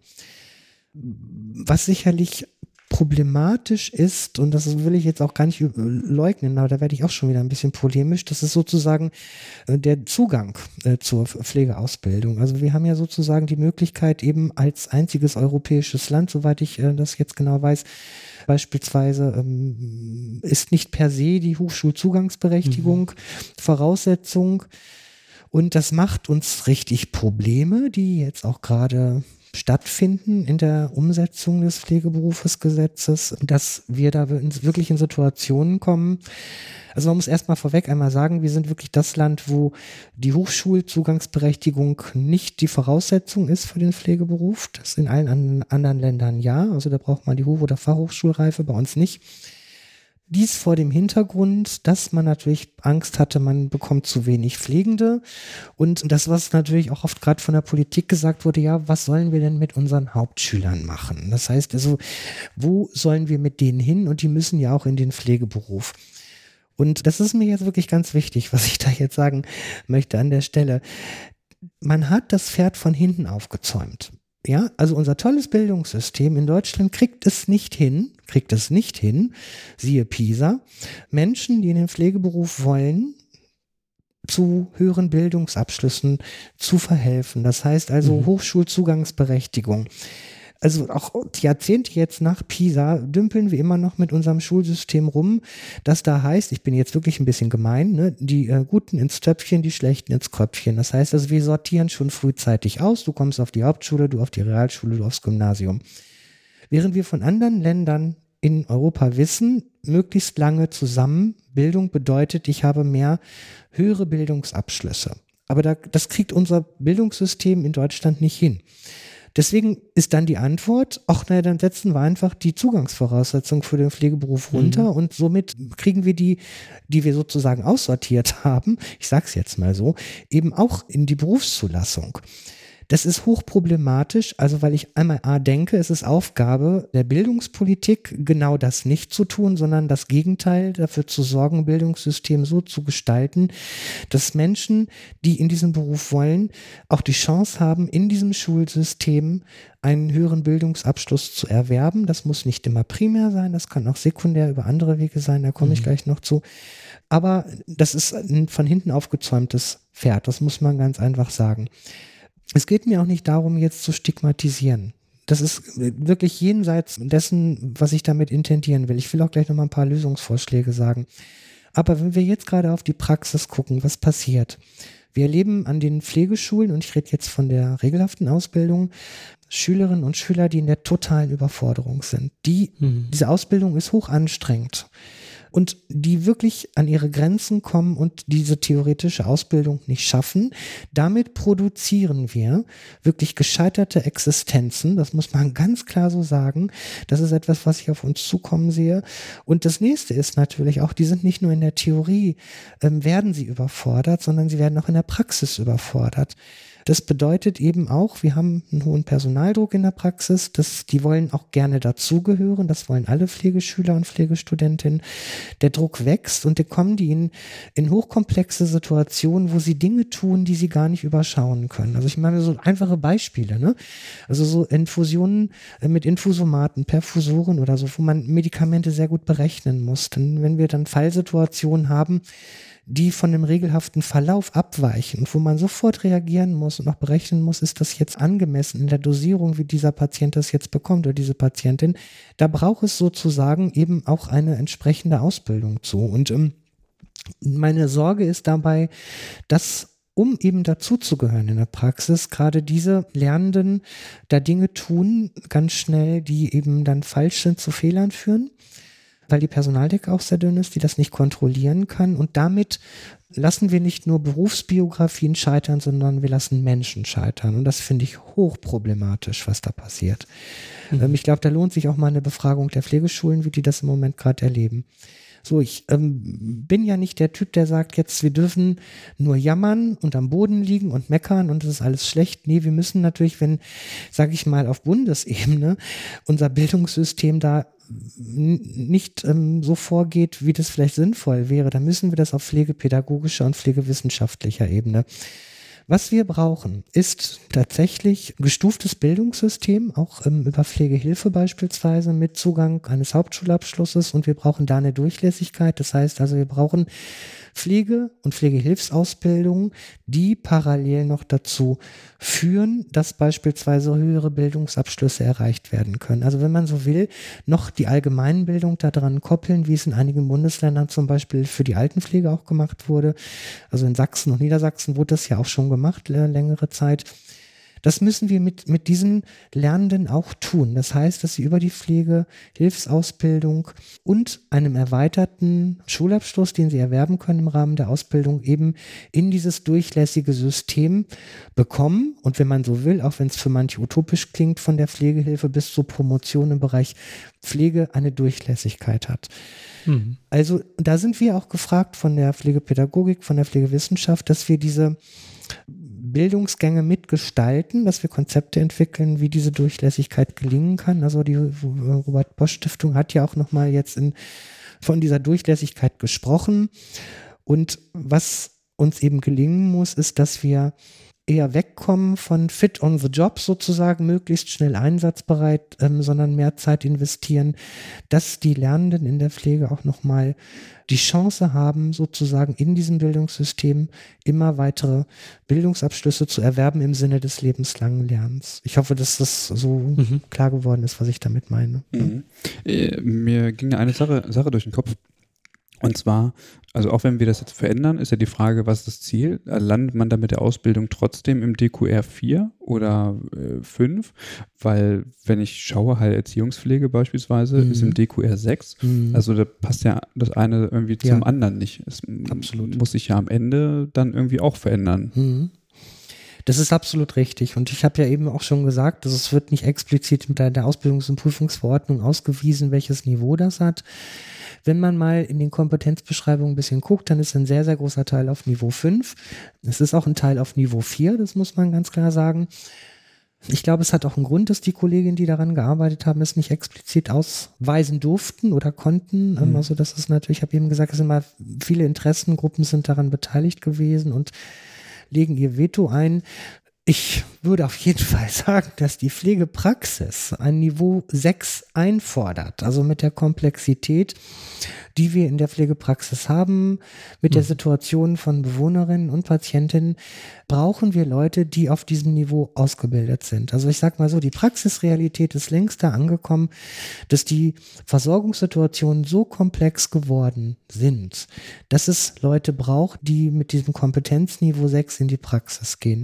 Was sicherlich problematisch ist, und das will ich jetzt auch gar nicht leugnen, aber da werde ich auch schon wieder ein bisschen polemisch, das ist sozusagen der Zugang zur Pflegeausbildung. Also wir haben ja sozusagen die Möglichkeit eben als einziges europäisches Land, soweit ich das jetzt genau weiß, beispielsweise ist nicht per se die Hochschulzugangsberechtigung Voraussetzung und das macht uns richtig Probleme, die jetzt auch gerade stattfinden in der Umsetzung des Pflegeberufsgesetzes, dass wir da wirklich in Situationen kommen. Also man muss erstmal vorweg einmal sagen, wir sind wirklich das Land, wo die Hochschulzugangsberechtigung nicht die Voraussetzung ist für den Pflegeberuf. Das in allen anderen Ländern ja. Also da braucht man die Hoch- oder Fachhochschulreife, bei uns nicht. Dies vor dem Hintergrund, dass man natürlich Angst hatte, man bekommt zu wenig Pflegende. Und das, was natürlich auch oft gerade von der Politik gesagt wurde, ja, was sollen wir denn mit unseren Hauptschülern machen? Das heißt also, wo sollen wir mit denen hin? Und die müssen ja auch in den Pflegeberuf. Und das ist mir jetzt wirklich ganz wichtig, was ich da jetzt sagen möchte an der Stelle. Man hat das Pferd von hinten aufgezäumt. Ja, also unser tolles Bildungssystem in Deutschland kriegt es nicht hin, siehe PISA, Menschen, die in den Pflegeberuf wollen, zu höheren Bildungsabschlüssen zu verhelfen. Das heißt also Hochschulzugangsberechtigung. Also auch Jahrzehnte jetzt nach Pisa dümpeln wir immer noch mit unserem Schulsystem rum, das da heißt, ich bin jetzt wirklich ein bisschen gemein, ne, die Guten ins Töpfchen, die Schlechten ins Kröpfchen. Das heißt, also wir sortieren schon frühzeitig aus, du kommst auf die Hauptschule, du auf die Realschule, du aufs Gymnasium. Während wir von anderen Ländern in Europa wissen, möglichst lange zusammen, Bildung bedeutet, ich habe mehr höhere Bildungsabschlüsse. Aber das kriegt unser Bildungssystem in Deutschland nicht hin. Deswegen ist dann die Antwort, dann setzen wir einfach die Zugangsvoraussetzungen für den Pflegeberuf runter und somit kriegen wir die wir sozusagen aussortiert haben, ich sag's jetzt mal so, eben auch in die Berufszulassung. Das ist hochproblematisch, also weil ich einmal denke, es ist Aufgabe der Bildungspolitik, genau das nicht zu tun, sondern das Gegenteil, dafür zu sorgen, Bildungssystem so zu gestalten, dass Menschen, die in diesen Beruf wollen, auch die Chance haben, in diesem Schulsystem einen höheren Bildungsabschluss zu erwerben. Das muss nicht immer primär sein, das kann auch sekundär über andere Wege sein, da komme ich gleich noch zu. Aber das ist ein von hinten aufgezäumtes Pferd, das muss man ganz einfach sagen. Es geht mir auch nicht darum, jetzt zu stigmatisieren. Das ist wirklich jenseits dessen, was ich damit intendieren will. Ich will auch gleich noch mal ein paar Lösungsvorschläge sagen. Aber wenn wir jetzt gerade auf die Praxis gucken, was passiert? Wir erleben an den Pflegeschulen, und ich rede jetzt von der regelhaften Ausbildung, Schülerinnen und Schüler, die in der totalen Überforderung sind. Diese Ausbildung ist hoch anstrengend. Und die wirklich an ihre Grenzen kommen und diese theoretische Ausbildung nicht schaffen. Damit produzieren wir wirklich gescheiterte Existenzen. Das muss man ganz klar so sagen. Das ist etwas, was ich auf uns zukommen sehe. Und das nächste ist natürlich auch, die sind nicht nur in der Theorie, werden sie überfordert, sondern sie werden auch in der Praxis überfordert. Das bedeutet eben auch, wir haben einen hohen Personaldruck in der Praxis, die wollen auch gerne dazugehören, das wollen alle Pflegeschüler und Pflegestudentinnen. Der Druck wächst und dann kommen die in hochkomplexe Situationen, wo sie Dinge tun, die sie gar nicht überschauen können. Also ich meine so einfache Beispiele, ne? Also so Infusionen mit Infusomaten, Perfusoren oder so, wo man Medikamente sehr gut berechnen muss. Denn wenn wir dann Fallsituationen haben, die von dem regelhaften Verlauf abweichen und wo man sofort reagieren muss und auch berechnen muss, ist das jetzt angemessen in der Dosierung, wie dieser Patient das jetzt bekommt oder diese Patientin, da braucht es sozusagen eben auch eine entsprechende Ausbildung zu. Und meine Sorge ist dabei, dass um eben dazuzugehören in der Praxis, gerade diese Lernenden da Dinge tun, ganz schnell, die eben dann falsch sind, zu Fehlern führen, weil die Personaldecke auch sehr dünn ist, die das nicht kontrollieren kann. Und damit lassen wir nicht nur Berufsbiografien scheitern, sondern wir lassen Menschen scheitern. Und das finde ich hochproblematisch, was da passiert. Ich glaube, da lohnt sich auch mal eine Befragung der Pflegeschulen, wie die das im Moment gerade erleben. So, ich bin ja nicht der Typ, der sagt jetzt, wir dürfen nur jammern und am Boden liegen und meckern und es ist alles schlecht. Nee, wir müssen natürlich, wenn, sage ich mal, auf Bundesebene unser Bildungssystem da nicht so vorgeht, wie das vielleicht sinnvoll wäre, dann müssen wir das auf pflegepädagogischer und pflegewissenschaftlicher Ebene. Was wir brauchen, ist tatsächlich gestuftes Bildungssystem, auch über Pflegehilfe beispielsweise mit Zugang eines Hauptschulabschlusses, und wir brauchen da eine Durchlässigkeit. Das heißt also, wir brauchen Pflege- und Pflegehilfsausbildung, die parallel noch dazu führen, dass beispielsweise höhere Bildungsabschlüsse erreicht werden können. Also wenn man so will, noch die Allgemeinbildung daran koppeln, wie es in einigen Bundesländern zum Beispiel für die Altenpflege auch gemacht wurde. Also in Sachsen und Niedersachsen wurde das ja auch schon gemacht, längere Zeit. Das müssen wir mit diesen Lernenden auch tun. Das heißt, dass sie über die Pflegehilfsausbildung und einem erweiterten Schulabschluss, den sie erwerben können im Rahmen der Ausbildung, eben in dieses durchlässige System bekommen. Und wenn man so will, auch wenn es für manche utopisch klingt, von der Pflegehilfe bis zur Promotion im Bereich Pflege eine Durchlässigkeit hat. Also da sind wir auch gefragt von der Pflegepädagogik, von der Pflegewissenschaft, dass wir diese Bildungsgänge mitgestalten, dass wir Konzepte entwickeln, wie diese Durchlässigkeit gelingen kann. Also die Robert-Bosch-Stiftung hat ja auch nochmal jetzt von dieser Durchlässigkeit gesprochen. Und was uns eben gelingen muss, ist, dass wir eher wegkommen von fit on the job sozusagen, möglichst schnell einsatzbereit, sondern mehr Zeit investieren, dass die Lernenden in der Pflege auch nochmal die Chance haben, sozusagen in diesem Bildungssystem immer weitere Bildungsabschlüsse zu erwerben im Sinne des lebenslangen Lernens. Ich hoffe, dass das so klar geworden ist, was ich damit meine. Mhm. Mir ging eine Sache durch den Kopf. Und zwar, also auch wenn wir das jetzt verändern, ist ja die Frage, was ist das Ziel? Landet man da mit der Ausbildung trotzdem im DQR 4 oder 5? Weil, wenn ich schaue, halt Erziehungspflege beispielsweise ist im DQR 6. Also da passt ja das eine irgendwie zum anderen nicht. Es muss sich ja am Ende dann irgendwie auch verändern. Das ist absolut richtig. Und ich habe ja eben auch schon gesagt, dass es wird nicht explizit mit der Ausbildungs- und Prüfungsverordnung ausgewiesen, welches Niveau das hat. Wenn man mal in den Kompetenzbeschreibungen ein bisschen guckt, dann ist ein sehr, sehr großer Teil auf Niveau 5. Es ist auch ein Teil auf Niveau 4, das muss man ganz klar sagen. Ich glaube, es hat auch einen Grund, dass die Kolleginnen, die daran gearbeitet haben, es nicht explizit ausweisen durften oder konnten. Also das ist natürlich, ich habe eben gesagt, es sind immer viele Interessengruppen sind daran beteiligt gewesen und legen ihr Veto ein. Ich würde auf jeden Fall sagen, dass die Pflegepraxis ein Niveau 6 einfordert, also mit der Komplexität, die wir in der Pflegepraxis haben, mit der Situation von Bewohnerinnen und Patientinnen, brauchen wir Leute, die auf diesem Niveau ausgebildet sind. Also ich sage mal so, die Praxisrealität ist längst da angekommen, dass die Versorgungssituationen so komplex geworden sind, dass es Leute braucht, die mit diesem Kompetenzniveau 6 in die Praxis gehen.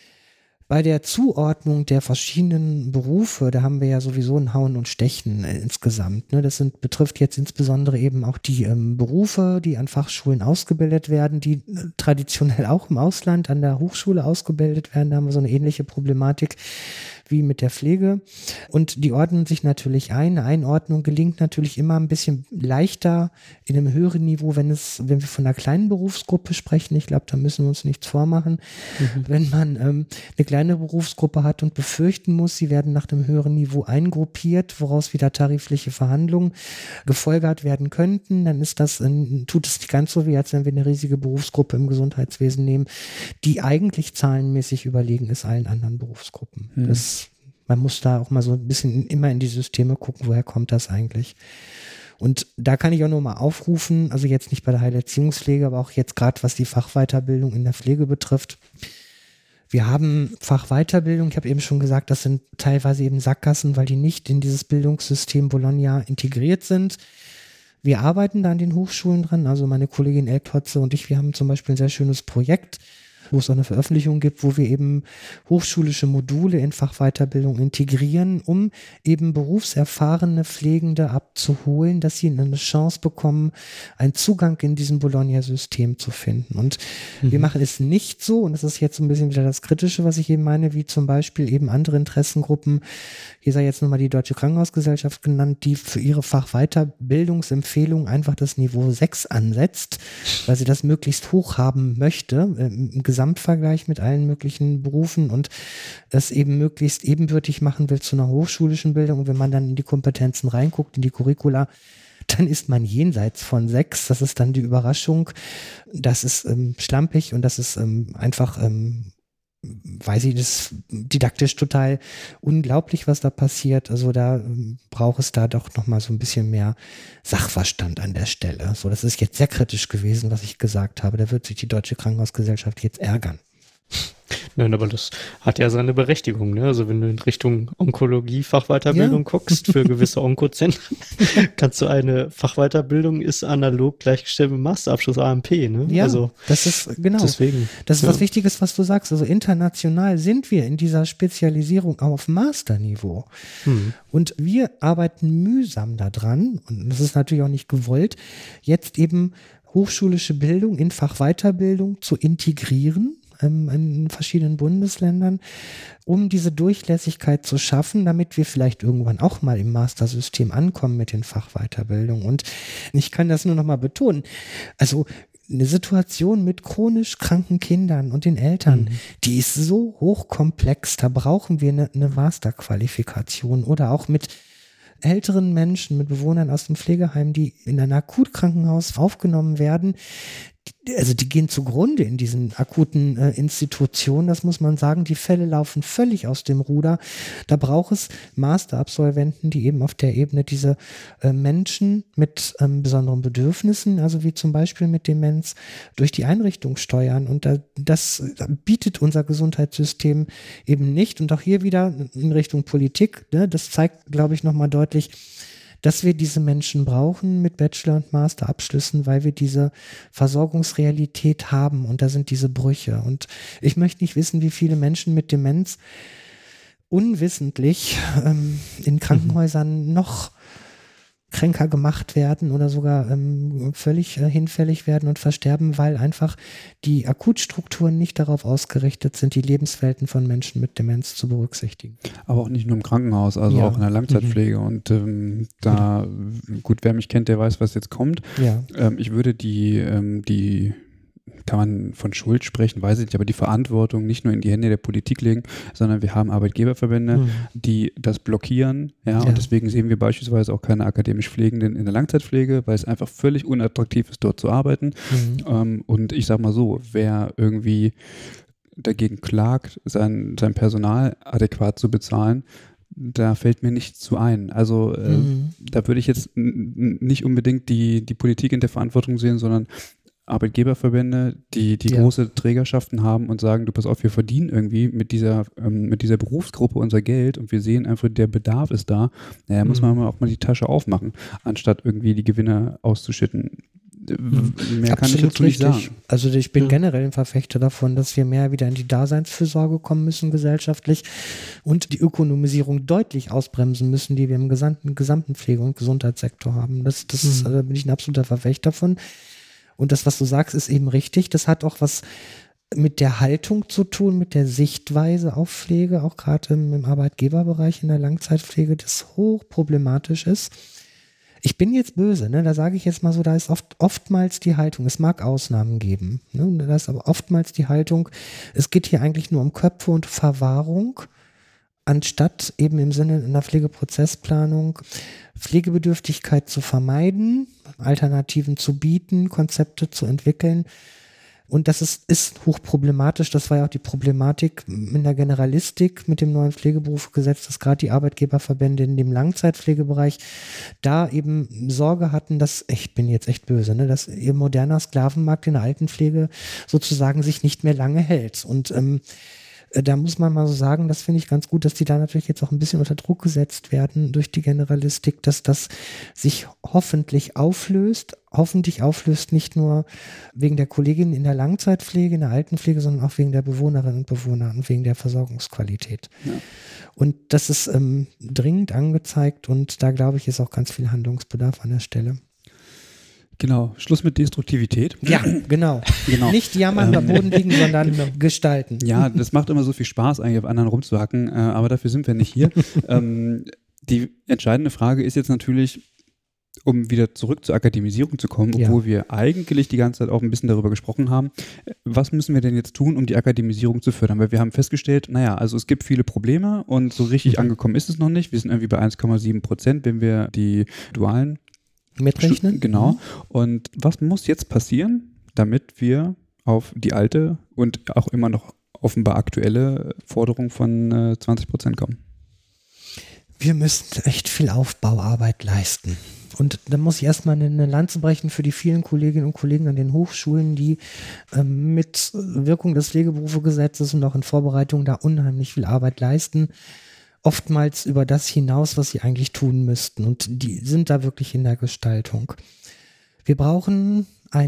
Bei der Zuordnung der verschiedenen Berufe, da haben wir ja sowieso ein Hauen und Stechen insgesamt. Ne? Das betrifft jetzt insbesondere eben auch die Berufe, die an Fachschulen ausgebildet werden, die traditionell auch im Ausland an der Hochschule ausgebildet werden. Da haben wir so eine ähnliche Problematik wie mit der Pflege. Und die ordnen sich natürlich ein. Eine Einordnung gelingt natürlich immer ein bisschen leichter in einem höheren Niveau, wenn wir von einer kleinen Berufsgruppe sprechen. Ich glaube, da müssen wir uns nichts vormachen. Wenn man eine kleine Berufsgruppe hat und befürchten muss, sie werden nach dem höheren Niveau eingruppiert, woraus wieder tarifliche Verhandlungen gefolgert werden könnten, dann tut es nicht ganz so weh, als wenn wir eine riesige Berufsgruppe im Gesundheitswesen nehmen, die eigentlich zahlenmäßig überlegen ist allen anderen Berufsgruppen. Man muss da auch mal so ein bisschen immer in die Systeme gucken, woher kommt das eigentlich. Und da kann ich auch nur mal aufrufen, also jetzt nicht bei der Heilerziehungspflege, aber auch jetzt gerade was die Fachweiterbildung in der Pflege betrifft. Wir haben Fachweiterbildung, ich habe eben schon gesagt, das sind teilweise eben Sackgassen, weil die nicht in dieses Bildungssystem Bologna integriert sind. Wir arbeiten da an den Hochschulen dran, also meine Kollegin Elktotze und ich, wir haben zum Beispiel ein sehr schönes Projekt, wo es auch eine Veröffentlichung gibt, wo wir eben hochschulische Module in Fachweiterbildung integrieren, um eben berufserfahrene Pflegende abzuholen, dass sie eine Chance bekommen, einen Zugang in diesem Bologna-System zu finden. Und wir machen es nicht so, und das ist jetzt ein bisschen wieder das Kritische, was ich eben meine, wie zum Beispiel eben andere Interessengruppen, hier sei jetzt nochmal die Deutsche Krankenhausgesellschaft genannt, die für ihre Fachweiterbildungsempfehlung einfach das Niveau 6 ansetzt, weil sie das möglichst hoch haben möchte, im Gesamtvergleich mit allen möglichen Berufen und das eben möglichst ebenbürtig machen will zu einer hochschulischen Bildung. Und wenn man dann in die Kompetenzen reinguckt, in die Curricula, dann ist man jenseits von 6. Das ist dann die Überraschung. Das ist schlampig und das ist einfach, weiß ich, das ist didaktisch total unglaublich, was da passiert. Also da braucht es da doch nochmal so ein bisschen mehr Sachverstand an der Stelle. So, das ist jetzt sehr kritisch gewesen, was ich gesagt habe. Da wird sich die Deutsche Krankenhausgesellschaft jetzt ärgern. Nein, aber das hat ja seine Berechtigung, ne? Also wenn du in Richtung Onkologie-Fachweiterbildung guckst für gewisse Onkozentren, kannst du eine Fachweiterbildung ist analog gleichgestellt mit Masterabschluss AMP, ne? Ja, also, das ist, genau. Deswegen, das ist was Wichtiges, was du sagst. Also international sind wir in dieser Spezialisierung auf Masterniveau. Und wir arbeiten mühsam daran, und das ist natürlich auch nicht gewollt, jetzt eben hochschulische Bildung in Fachweiterbildung zu integrieren, in verschiedenen Bundesländern, um diese Durchlässigkeit zu schaffen, damit wir vielleicht irgendwann auch mal im Mastersystem ankommen mit den Fachweiterbildungen. Und ich kann das nur noch mal betonen. Also eine Situation mit chronisch kranken Kindern und den Eltern, die ist so hochkomplex, da brauchen wir eine Masterqualifikation oder auch mit älteren Menschen, mit Bewohnern aus dem Pflegeheim, die in ein Akutkrankenhaus aufgenommen werden, die gehen zugrunde in diesen akuten Institutionen, das muss man sagen. Die Fälle laufen völlig aus dem Ruder. Da braucht es Masterabsolventen, die eben auf der Ebene diese Menschen mit besonderen Bedürfnissen, also wie zum Beispiel mit Demenz, durch die Einrichtung steuern. Und das bietet unser Gesundheitssystem eben nicht. Und auch hier wieder in Richtung Politik, ne, das zeigt, glaube ich, nochmal deutlich, dass wir diese Menschen brauchen mit Bachelor- und Masterabschlüssen, weil wir diese Versorgungsrealität haben und da sind diese Brüche. Und ich möchte nicht wissen, wie viele Menschen mit Demenz unwissentlich in Krankenhäusern noch kränker gemacht werden oder sogar völlig hinfällig werden und versterben, weil einfach die Akutstrukturen nicht darauf ausgerichtet sind, die Lebenswelten von Menschen mit Demenz zu berücksichtigen. Aber auch nicht nur im Krankenhaus, also auch in der Langzeitpflege. Und da, gut, wer mich kennt, der weiß, was jetzt kommt. Ja. Ich würde die kann man von Schuld sprechen, weiß ich nicht, aber die Verantwortung nicht nur in die Hände der Politik legen, sondern wir haben Arbeitgeberverbände, die das blockieren, und deswegen sehen wir beispielsweise auch keine akademisch Pflegenden in der Langzeitpflege, weil es einfach völlig unattraktiv ist, dort zu arbeiten. Und ich sag mal so, wer irgendwie dagegen klagt, sein Personal adäquat zu bezahlen, da fällt mir nichts zu ein. Also da würde ich jetzt nicht unbedingt die Politik in der Verantwortung sehen, sondern Arbeitgeberverbände, die große Trägerschaften haben und sagen, du pass auf, wir verdienen irgendwie mit dieser Berufsgruppe unser Geld und wir sehen einfach, der Bedarf ist da. Naja, muss man auch mal die Tasche aufmachen, anstatt irgendwie die Gewinne auszuschütten. Mehr kann ich dazu nicht sagen. Also ich bin generell ein Verfechter davon, dass wir mehr wieder in die Daseinsfürsorge kommen müssen gesellschaftlich und die Ökonomisierung deutlich ausbremsen müssen, die wir im gesamten Pflege- und Gesundheitssektor haben. Das bin ich ein absoluter Verfechter davon. Und das, was du sagst, ist eben richtig. Das hat auch was mit der Haltung zu tun, mit der Sichtweise auf Pflege, auch gerade im Arbeitgeberbereich in der Langzeitpflege, das hochproblematisch ist. Ich bin jetzt böse, ne? Da sage ich jetzt mal so, da ist oftmals die Haltung, es mag Ausnahmen geben, ne? Da ist aber oftmals die Haltung, es geht hier eigentlich nur um Köpfe und Verwahrung, anstatt eben im Sinne einer Pflegeprozessplanung Pflegebedürftigkeit zu vermeiden, Alternativen zu bieten, Konzepte zu entwickeln. Und das ist hochproblematisch. Das war ja auch die Problematik in der Generalistik mit dem neuen Pflegeberufsgesetz, dass gerade die Arbeitgeberverbände in dem Langzeitpflegebereich da eben Sorge hatten, dass, ich bin jetzt echt böse, ne, dass ihr moderner Sklavenmarkt in der Altenpflege sozusagen sich nicht mehr lange hält. Und da muss man mal so sagen, das finde ich ganz gut, dass die da natürlich jetzt auch ein bisschen unter Druck gesetzt werden durch die Generalistik, dass das sich hoffentlich auflöst, nicht nur wegen der Kolleginnen in der Langzeitpflege, in der Altenpflege, sondern auch wegen der Bewohnerinnen und Bewohner und wegen der Versorgungsqualität. Ja. Und das ist dringend angezeigt und da, glaube ich, ist auch ganz viel Handlungsbedarf an der Stelle. Genau, Schluss mit Destruktivität. Ja, genau. Nicht jammern, am Boden liegen, sondern gestalten. Ja, das macht immer so viel Spaß, eigentlich auf anderen rumzuhacken, aber dafür sind wir nicht hier. Die entscheidende Frage ist jetzt natürlich, um wieder zurück zur Akademisierung zu kommen, obwohl wir eigentlich die ganze Zeit auch ein bisschen darüber gesprochen haben, was müssen wir denn jetzt tun, um die Akademisierung zu fördern? Weil wir haben festgestellt, also es gibt viele Probleme und so richtig angekommen ist es noch nicht. Wir sind irgendwie bei 1,7%, wenn wir die dualen mitrechnen. Genau. Und was muss jetzt passieren, damit wir auf die alte und auch immer noch offenbar aktuelle Forderung von 20% kommen? Wir müssen echt viel Aufbauarbeit leisten. Und da muss ich erstmal eine Lanze brechen für die vielen Kolleginnen und Kollegen an den Hochschulen, die mit Wirkung des Pflegeberufegesetzes und auch in Vorbereitung da unheimlich viel Arbeit leisten. Oftmals über das hinaus, was sie eigentlich tun müssten. Und die sind da wirklich in der Gestaltung. Wir brauchen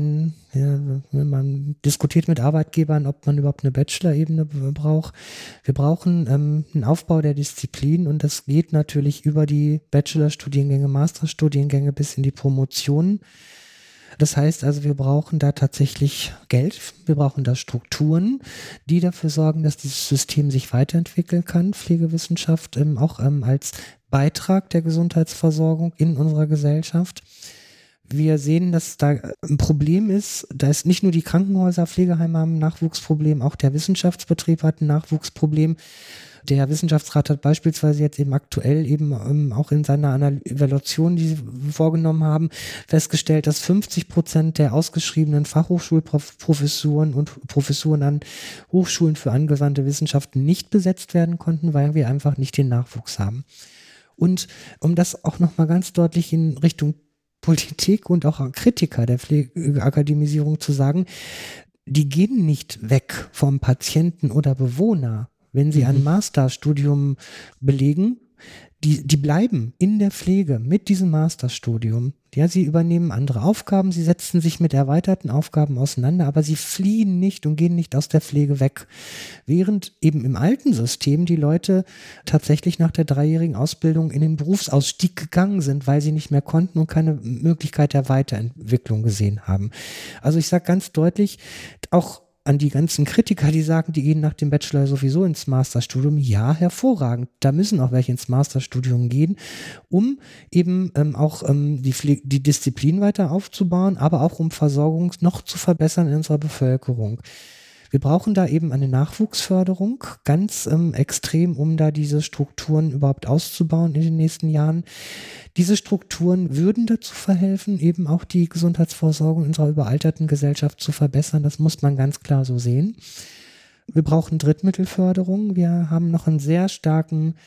wenn man diskutiert mit Arbeitgebern, ob man überhaupt eine Bachelor-Ebene braucht. Wir brauchen einen Aufbau der Disziplin und das geht natürlich über die Bachelor-Studiengänge, Master-Studiengänge bis in die Promotion. Das heißt also, wir brauchen da tatsächlich Geld, wir brauchen da Strukturen, die dafür sorgen, dass dieses System sich weiterentwickeln kann, Pflegewissenschaft auch als Beitrag der Gesundheitsversorgung in unserer Gesellschaft. Wir sehen, dass da ein Problem ist, da ist nicht nur die Krankenhäuser, Pflegeheime haben ein Nachwuchsproblem, auch der Wissenschaftsbetrieb hat ein Nachwuchsproblem. Der Wissenschaftsrat hat beispielsweise jetzt eben aktuell eben auch in seiner Evaluation, die sie vorgenommen haben, festgestellt, dass 50% der ausgeschriebenen Fachhochschulprofessuren und Professuren an Hochschulen für angewandte Wissenschaften nicht besetzt werden konnten, weil wir einfach nicht den Nachwuchs haben. Und um das auch nochmal ganz deutlich in Richtung Politik und auch Kritiker der Pflegeakademisierung zu sagen, die gehen nicht weg vom Patienten oder Bewohner, wenn sie ein Masterstudium belegen. Die bleiben in der Pflege mit diesem Masterstudium. Ja, sie übernehmen andere Aufgaben, sie setzen sich mit erweiterten Aufgaben auseinander, aber sie fliehen nicht und gehen nicht aus der Pflege weg. Während eben im alten System die Leute tatsächlich nach der 3-jährigen Ausbildung in den Berufsausstieg gegangen sind, weil sie nicht mehr konnten und keine Möglichkeit der Weiterentwicklung gesehen haben. Also ich sage ganz deutlich, auch an die ganzen Kritiker, die sagen, die gehen nach dem Bachelor sowieso ins Masterstudium. Ja, hervorragend. Da müssen auch welche ins Masterstudium gehen, um eben auch die Disziplin weiter aufzubauen, aber auch um Versorgung noch zu verbessern in unserer Bevölkerung. Wir brauchen da eben eine Nachwuchsförderung, ganz extrem, um da diese Strukturen überhaupt auszubauen in den nächsten Jahren. Diese Strukturen würden dazu verhelfen, eben auch die Gesundheitsversorgung unserer überalterten Gesellschaft zu verbessern. Das muss man ganz klar so sehen. Wir brauchen Drittmittelförderung. Wir haben noch einen sehr starken,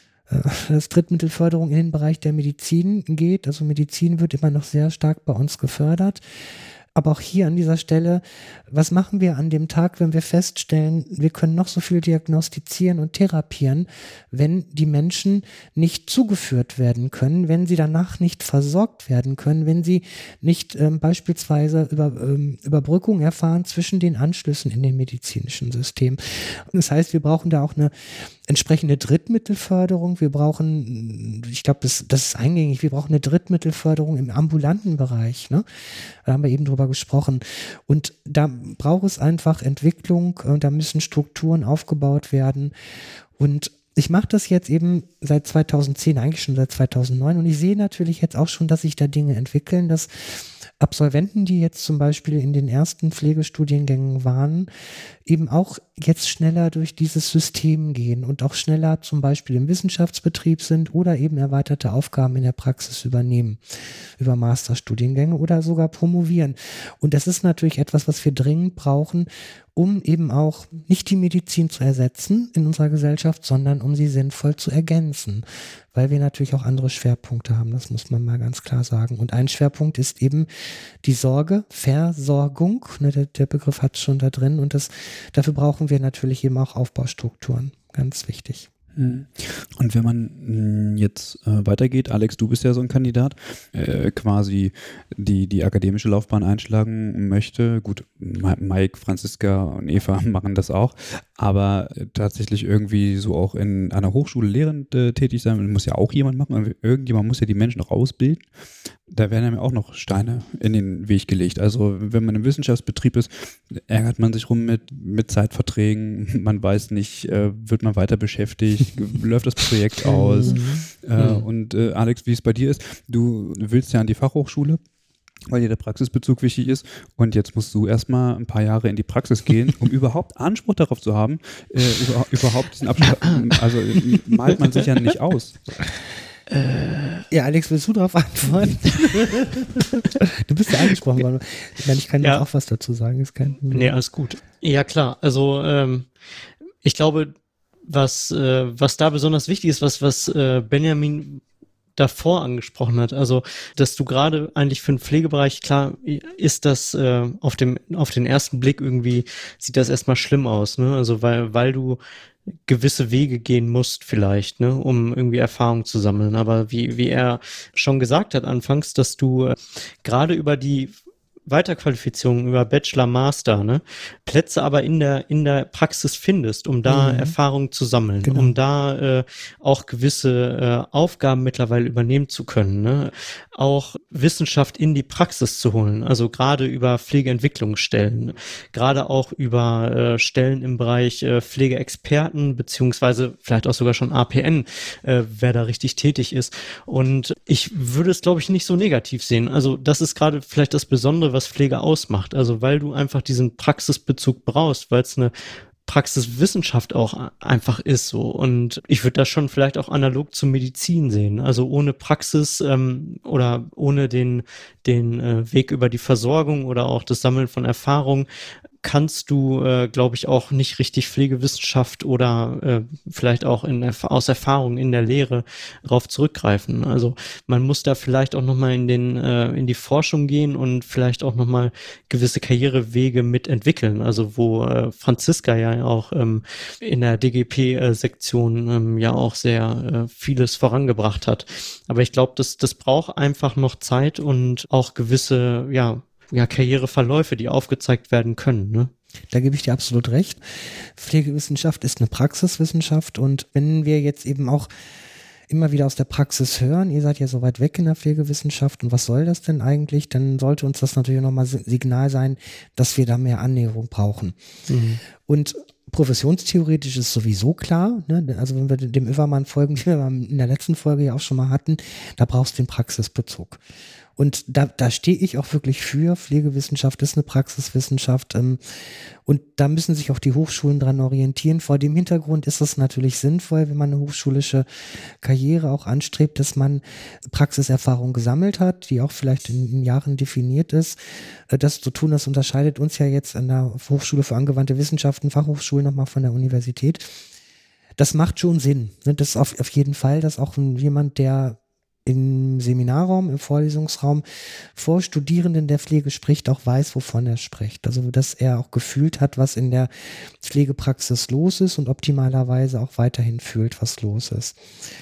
dass Drittmittelförderung in den Bereich der Medizin geht. Also Medizin wird immer noch sehr stark bei uns gefördert. Aber auch hier an dieser Stelle, was machen wir an dem Tag, wenn wir feststellen, wir können noch so viel diagnostizieren und therapieren, wenn die Menschen nicht zugeführt werden können, wenn sie danach nicht versorgt werden können, wenn sie nicht beispielsweise Überbrückung erfahren zwischen den Anschlüssen in den medizinischen System. Das heißt, wir brauchen da auch eine entsprechende Drittmittelförderung. Wir brauchen, ich glaube, das ist eingängig, wir brauchen eine Drittmittelförderung im ambulanten Bereich. Ne? Da haben wir eben drüber gesprochen. Und da braucht es einfach Entwicklung und da müssen Strukturen aufgebaut werden. Und ich mache das jetzt eben seit 2010, eigentlich schon seit 2009 und ich sehe natürlich jetzt auch schon, dass sich da Dinge entwickeln, dass Absolventen, die jetzt zum Beispiel in den ersten Pflegestudiengängen waren, eben auch jetzt schneller durch dieses System gehen und auch schneller zum Beispiel im Wissenschaftsbetrieb sind oder eben erweiterte Aufgaben in der Praxis übernehmen, über Masterstudiengänge oder sogar promovieren. Und das ist natürlich etwas, was wir dringend brauchen, um eben auch nicht die Medizin zu ersetzen in unserer Gesellschaft, sondern um sie sinnvoll zu ergänzen, weil wir natürlich auch andere Schwerpunkte haben, das muss man mal ganz klar sagen. Und ein Schwerpunkt ist eben die Versorgung, ne, der Begriff hat es schon da drin und dafür brauchen wir natürlich eben auch Aufbaustrukturen, ganz wichtig. Und wenn man jetzt weitergeht, Alex, du bist ja so ein Kandidat, quasi die akademische Laufbahn einschlagen möchte. Gut, Mike, Franziska und Eva machen das auch, aber tatsächlich irgendwie so auch in einer Hochschule lehrend tätig sein, muss ja auch jemand machen. Und irgendjemand muss ja die Menschen auch ausbilden. Da werden ja auch noch Steine in den Weg gelegt. Also wenn man im Wissenschaftsbetrieb ist, ärgert man sich rum mit Zeitverträgen. Man weiß nicht, wird man weiter beschäftigt, läuft das Projekt aus. Und Alex, wie es bei dir ist, du willst ja an die Fachhochschule, weil dir der Praxisbezug wichtig ist. Und jetzt musst du erstmal ein paar Jahre in die Praxis gehen, um überhaupt Anspruch darauf zu haben, überhaupt diesen Abschluss. Also malt man sich ja nicht aus. Ja, Alex, willst du darauf antworten? Du bist ja angesprochen worden. Ich kann ja auch was dazu sagen. Ist kein Problem. Nee, alles gut. Ja, klar. Also ich glaube, was da besonders wichtig ist, was Benjamin davor angesprochen hat, also dass du gerade eigentlich für den Pflegebereich, klar ist das auf den ersten Blick irgendwie, sieht das erstmal schlimm aus, ne? Also weil du gewisse Wege gehen musst vielleicht, ne, um irgendwie Erfahrung zu sammeln. Aber wie er schon gesagt hat anfangs, dass du gerade über die Weiterqualifizierung, über Bachelor, Master, ne, Plätze aber in der Praxis findest, um da Erfahrung zu sammeln, genau, um da auch gewisse Aufgaben mittlerweile übernehmen zu können, ne, auch Wissenschaft in die Praxis zu holen, also gerade über Pflegeentwicklungsstellen, gerade auch über Stellen im Bereich Pflegeexperten, beziehungsweise vielleicht auch sogar schon APN, wer da richtig tätig ist. Und ich würde es, glaube ich, nicht so negativ sehen. Also das ist gerade vielleicht das Besondere, was Pflege ausmacht. Also weil du einfach diesen Praxisbezug brauchst, weil es eine Praxiswissenschaft auch einfach ist so. Und ich würde das schon vielleicht auch analog zur Medizin sehen. Also ohne Praxis oder ohne den Weg über die Versorgung oder auch das Sammeln von Erfahrung kannst du, glaube ich, auch nicht richtig Pflegewissenschaft oder vielleicht auch aus Erfahrung in der Lehre darauf zurückgreifen. Also man muss da vielleicht auch nochmal in die Forschung gehen und vielleicht auch nochmal gewisse Karrierewege mitentwickeln. Also wo Franziska ja auch in der DGP-Sektion ja auch sehr vieles vorangebracht hat. Aber ich glaube, das braucht einfach noch Zeit und auch gewisse, Karriereverläufe, die aufgezeigt werden können, ne? Da gebe ich dir absolut recht. Pflegewissenschaft ist eine Praxiswissenschaft und wenn wir jetzt eben auch immer wieder aus der Praxis hören, ihr seid ja so weit weg in der Pflegewissenschaft und was soll das denn eigentlich, dann sollte uns das natürlich nochmal Signal sein, dass wir da mehr Annäherung brauchen. Mhm. Und professionstheoretisch ist sowieso klar, ne? Also wenn wir dem Övermann folgen, die wir in der letzten Folge ja auch schon mal hatten, da brauchst du den Praxisbezug. Und da stehe ich auch wirklich für. Pflegewissenschaft ist eine Praxiswissenschaft. Und da müssen sich auch die Hochschulen dran orientieren. Vor dem Hintergrund ist es natürlich sinnvoll, wenn man eine hochschulische Karriere auch anstrebt, dass man Praxiserfahrung gesammelt hat, die auch vielleicht in Jahren definiert ist. Das zu tun, das unterscheidet uns ja jetzt an der Hochschule für angewandte Wissenschaften, Fachhochschule nochmal von der Universität. Das macht schon Sinn. Das ist auf jeden Fall, dass auch jemand, der im Seminarraum, im Vorlesungsraum vor Studierenden der Pflege spricht, auch weiß, wovon er spricht. Also, dass er auch gefühlt hat, was in der Pflegepraxis los ist und optimalerweise auch weiterhin fühlt, was los ist.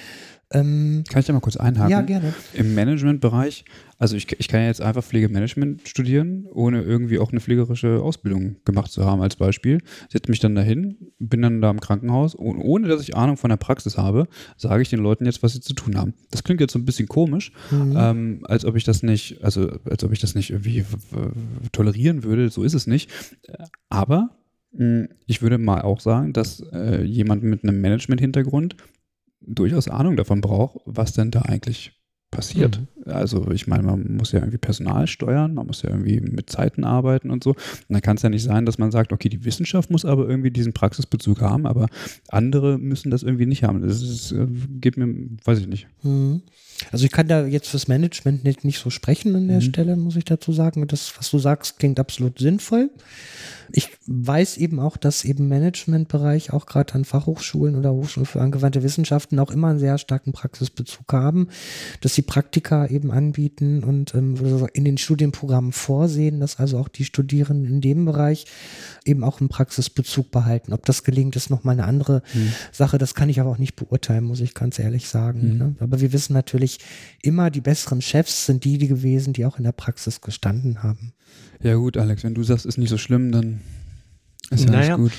Kann ich da mal kurz einhaken? Ja, gerne. Im Managementbereich, also ich kann ja jetzt einfach Pflegemanagement studieren, ohne irgendwie auch eine pflegerische Ausbildung gemacht zu haben als Beispiel. Setze mich dann dahin, bin dann da im Krankenhaus und ohne, dass ich Ahnung von der Praxis habe, sage ich den Leuten jetzt, was sie zu tun haben. Das klingt jetzt so ein bisschen komisch, als ob ich das nicht irgendwie tolerieren würde. So ist es nicht. Aber ich würde mal auch sagen, dass jemand mit einem Management-Hintergrund durchaus Ahnung davon braucht, was denn da eigentlich passiert. Also ich meine, man muss ja irgendwie Personal steuern, man muss ja irgendwie mit Zeiten arbeiten und so. Und dann kann es ja nicht sein, dass man sagt, okay, die Wissenschaft muss aber irgendwie diesen Praxisbezug haben, aber andere müssen das irgendwie nicht haben. Das geht mir, weiß ich nicht. Also ich kann da jetzt fürs Management nicht so sprechen an der Stelle, muss ich dazu sagen. Das, was du sagst, klingt absolut sinnvoll. Ich weiß eben auch, dass eben im Managementbereich auch gerade an Fachhochschulen oder Hochschulen für angewandte Wissenschaften auch immer einen sehr starken Praxisbezug haben, dass sie Praktika eben anbieten und in den Studienprogrammen vorsehen, dass also auch die Studierenden in dem Bereich eben auch einen Praxisbezug behalten. Ob das gelingt, ist nochmal eine andere Sache. Das kann ich aber auch nicht beurteilen, muss ich ganz ehrlich sagen. Ne? Aber wir wissen natürlich immer, die besseren Chefs sind die gewesen, die auch in der Praxis gestanden haben. Ja gut, Alex, wenn du sagst, ist nicht so schlimm, dann ist ja alles gut.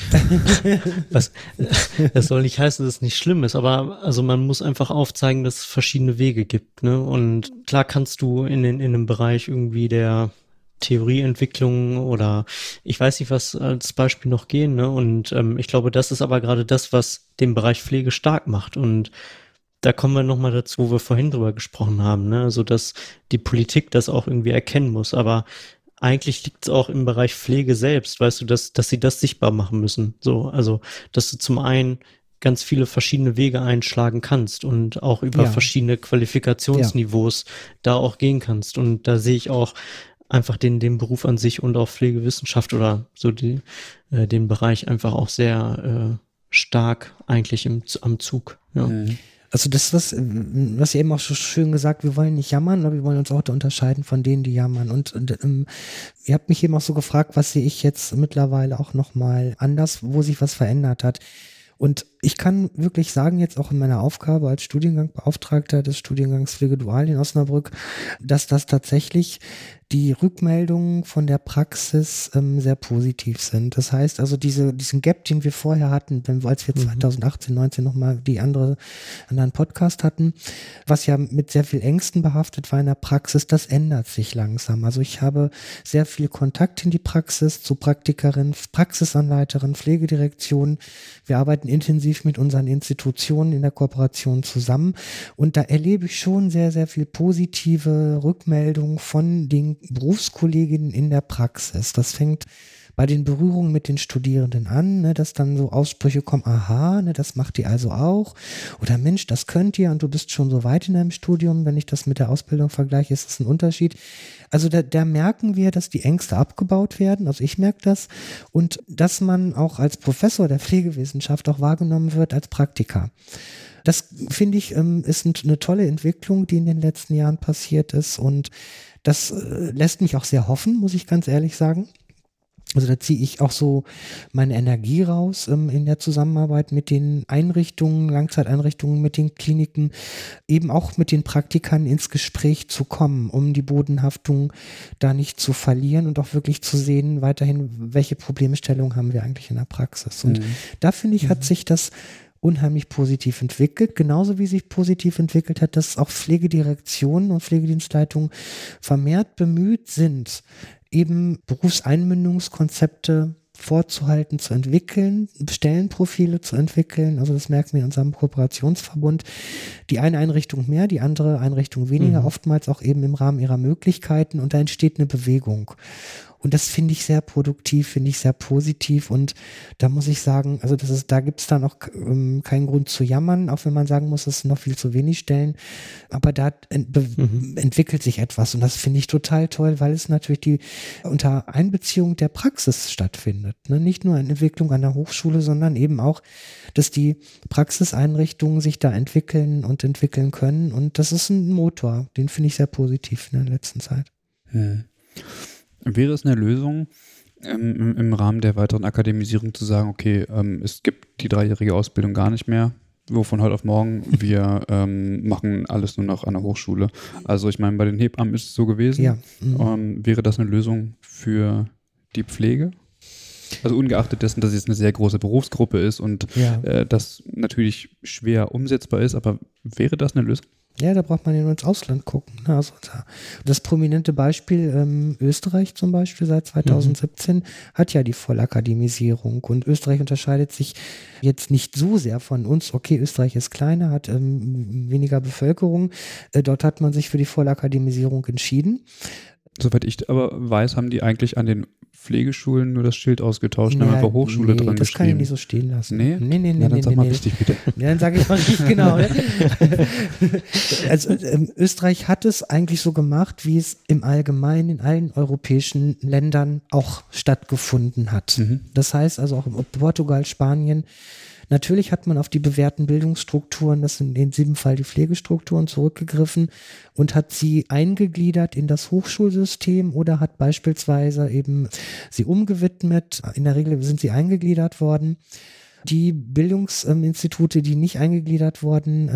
Das soll nicht heißen, dass es nicht schlimm ist, aber also man muss einfach aufzeigen, dass es verschiedene Wege gibt, ne? Und klar kannst du in einem Bereich irgendwie der Theorieentwicklung oder ich weiß nicht, was als Beispiel noch gehen, ne? Und ich glaube, das ist aber gerade das, was den Bereich Pflege stark macht. Und da kommen wir nochmal dazu, wo wir vorhin drüber gesprochen haben, ne? Also, dass die Politik das auch irgendwie erkennen muss, aber eigentlich liegt es auch im Bereich Pflege selbst, weißt du, dass sie das sichtbar machen müssen. So, also, dass du zum einen ganz viele verschiedene Wege einschlagen kannst und auch über verschiedene Qualifikationsniveaus da auch gehen kannst. Und da sehe ich auch einfach den Beruf an sich und auch Pflegewissenschaft oder so den Bereich einfach auch sehr stark eigentlich am Zug. Ja. Also das, was ihr eben auch so schön gesagt, wir wollen nicht jammern, aber wir wollen uns auch da unterscheiden von denen, die jammern. Und ihr habt mich eben auch so gefragt, was sehe ich jetzt mittlerweile auch nochmal anders, wo sich was verändert hat. Und ich kann wirklich sagen, jetzt auch in meiner Aufgabe als Studiengangbeauftragter des Studiengangs Pflege Dual in Osnabrück, dass das tatsächlich die Rückmeldungen von der Praxis sehr positiv sind. Das heißt also, diesen Gap, den wir vorher hatten, als wir 2018, 19 nochmal die anderen Podcast hatten, was ja mit sehr viel Ängsten behaftet war in der Praxis, das ändert sich langsam. Also ich habe sehr viel Kontakt in die Praxis zu Praktikerinnen, Praxisanleiterinnen, Pflegedirektionen. Wir arbeiten intensiv mit unseren Institutionen in der Kooperation zusammen und da erlebe ich schon sehr, sehr viel positive Rückmeldungen von den Berufskolleginnen in der Praxis. Das fängt bei den Berührungen mit den Studierenden an, ne, dass dann so Aussprüche kommen, aha, ne, das macht ihr also auch. Oder Mensch, das könnt ihr und du bist schon so weit in deinem Studium. Wenn ich das mit der Ausbildung vergleiche, ist das ein Unterschied. Also da merken wir, dass die Ängste abgebaut werden. Also ich merke das. Und dass man auch als Professor der Pflegewissenschaft auch wahrgenommen wird als Praktiker. Das finde ich ist eine tolle Entwicklung, die in den letzten Jahren passiert ist und das lässt mich auch sehr hoffen, muss ich ganz ehrlich sagen. Also da ziehe ich auch so meine Energie raus in der Zusammenarbeit mit den Einrichtungen, Langzeiteinrichtungen, mit den Kliniken, eben auch mit den Praktikern ins Gespräch zu kommen, um die Bodenhaftung da nicht zu verlieren und auch wirklich zu sehen, weiterhin, welche Problemstellungen haben wir eigentlich in der Praxis. Und da finde ich, hat sich das unheimlich positiv entwickelt, genauso wie sich positiv entwickelt hat, dass auch Pflegedirektionen und Pflegedienstleitungen vermehrt bemüht sind, eben Berufseinmündungskonzepte vorzuhalten, zu entwickeln, Stellenprofile zu entwickeln. Also das merken wir in unserem Kooperationsverbund. Die eine Einrichtung mehr, die andere Einrichtung weniger, oftmals auch eben im Rahmen ihrer Möglichkeiten und da entsteht eine Bewegung. Und das finde ich sehr produktiv, finde ich sehr positiv und da muss ich sagen, also da gibt es dann auch keinen Grund zu jammern, auch wenn man sagen muss, es sind noch viel zu wenig Stellen, aber da entwickelt sich etwas und das finde ich total toll, weil es natürlich unter Einbeziehung der Praxis stattfindet, ne? Nicht nur eine Entwicklung an der Hochschule, sondern eben auch, dass die Praxiseinrichtungen sich da entwickeln und entwickeln können und das ist ein Motor, den finde ich sehr positiv in der letzten Zeit. Wäre es eine Lösung, im Rahmen der weiteren Akademisierung zu sagen, okay, es gibt die 3-jährige Ausbildung gar nicht mehr, von heute auf morgen, wir machen alles nur noch an der Hochschule. Also ich meine, bei den Hebammen ist es so gewesen. Ja. Wäre das eine Lösung für die Pflege? Also ungeachtet dessen, dass es eine sehr große Berufsgruppe ist und das natürlich schwer umsetzbar ist, aber wäre das eine Lösung? Ja, da braucht man ja nur ins Ausland gucken. Also das prominente Beispiel Österreich zum Beispiel seit 2017 hat ja die Vollakademisierung und Österreich unterscheidet sich jetzt nicht so sehr von uns. Okay, Österreich ist kleiner, hat weniger Bevölkerung. Dort hat man sich für die Vollakademisierung entschieden. Soweit ich aber weiß, haben die eigentlich an den Pflegeschulen nur das Schild ausgetauscht und haben einfach Hochschule dran das geschrieben. Das kann ich nicht so stehen lassen. Nee? Nee. Dann sag mal richtig, bitte. Ja, dann sage ich mal nicht genau. Also Österreich hat es eigentlich so gemacht, wie es im Allgemeinen in allen europäischen Ländern auch stattgefunden hat. Das heißt also auch in Portugal, Spanien. Natürlich hat man auf die bewährten Bildungsstrukturen, das sind in diesem Fall die Pflegestrukturen, zurückgegriffen und hat sie eingegliedert in das Hochschulsystem oder hat beispielsweise eben sie umgewidmet. In der Regel sind sie eingegliedert worden. Die Bildungsinstitute, die nicht eingegliedert wurden,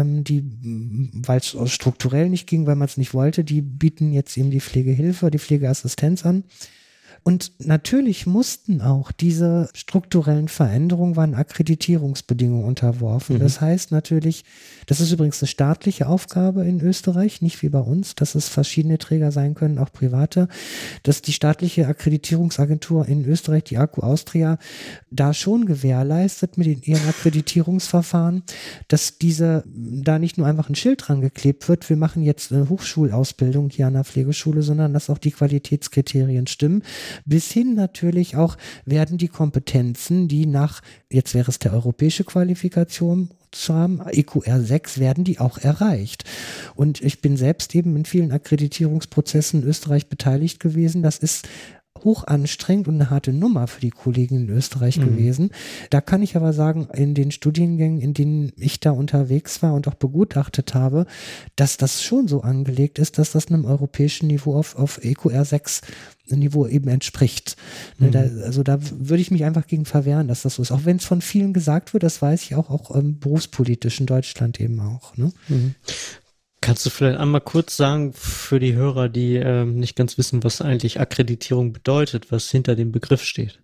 weil es strukturell nicht ging, weil man es nicht wollte, die bieten jetzt eben die Pflegehilfe, die Pflegeassistenz an. Und natürlich mussten auch diese strukturellen Veränderungen, waren Akkreditierungsbedingungen unterworfen. Das heißt natürlich, das ist übrigens eine staatliche Aufgabe in Österreich, nicht wie bei uns, dass es verschiedene Träger sein können, auch private, dass die staatliche Akkreditierungsagentur in Österreich, die AKU Austria, da schon gewährleistet mit ihren Akkreditierungsverfahren, dass da nicht nur einfach ein Schild dran geklebt wird, wir machen jetzt eine Hochschulausbildung hier an der Pflegeschule, sondern dass auch die Qualitätskriterien stimmen. Bis hin natürlich auch werden die Kompetenzen, die jetzt wäre es der europäische Qualifikation zu haben, EQR 6, werden die auch erreicht. Und ich bin selbst eben in vielen Akkreditierungsprozessen in Österreich beteiligt gewesen. Das ist hoch anstrengend und eine harte Nummer für die Kollegen in Österreich gewesen. Da kann ich aber sagen, in den Studiengängen, in denen ich da unterwegs war und auch begutachtet habe, dass das schon so angelegt ist, dass das einem europäischen Niveau auf EQR 6 Niveau eben entspricht. Da würde ich mich einfach gegen verwehren, dass das so ist. Auch wenn es von vielen gesagt wird, das weiß ich auch berufspolitisch in Deutschland eben auch. Ne? Kannst du vielleicht einmal kurz sagen, für die Hörer, die nicht ganz wissen, was eigentlich Akkreditierung bedeutet, was hinter dem Begriff steht?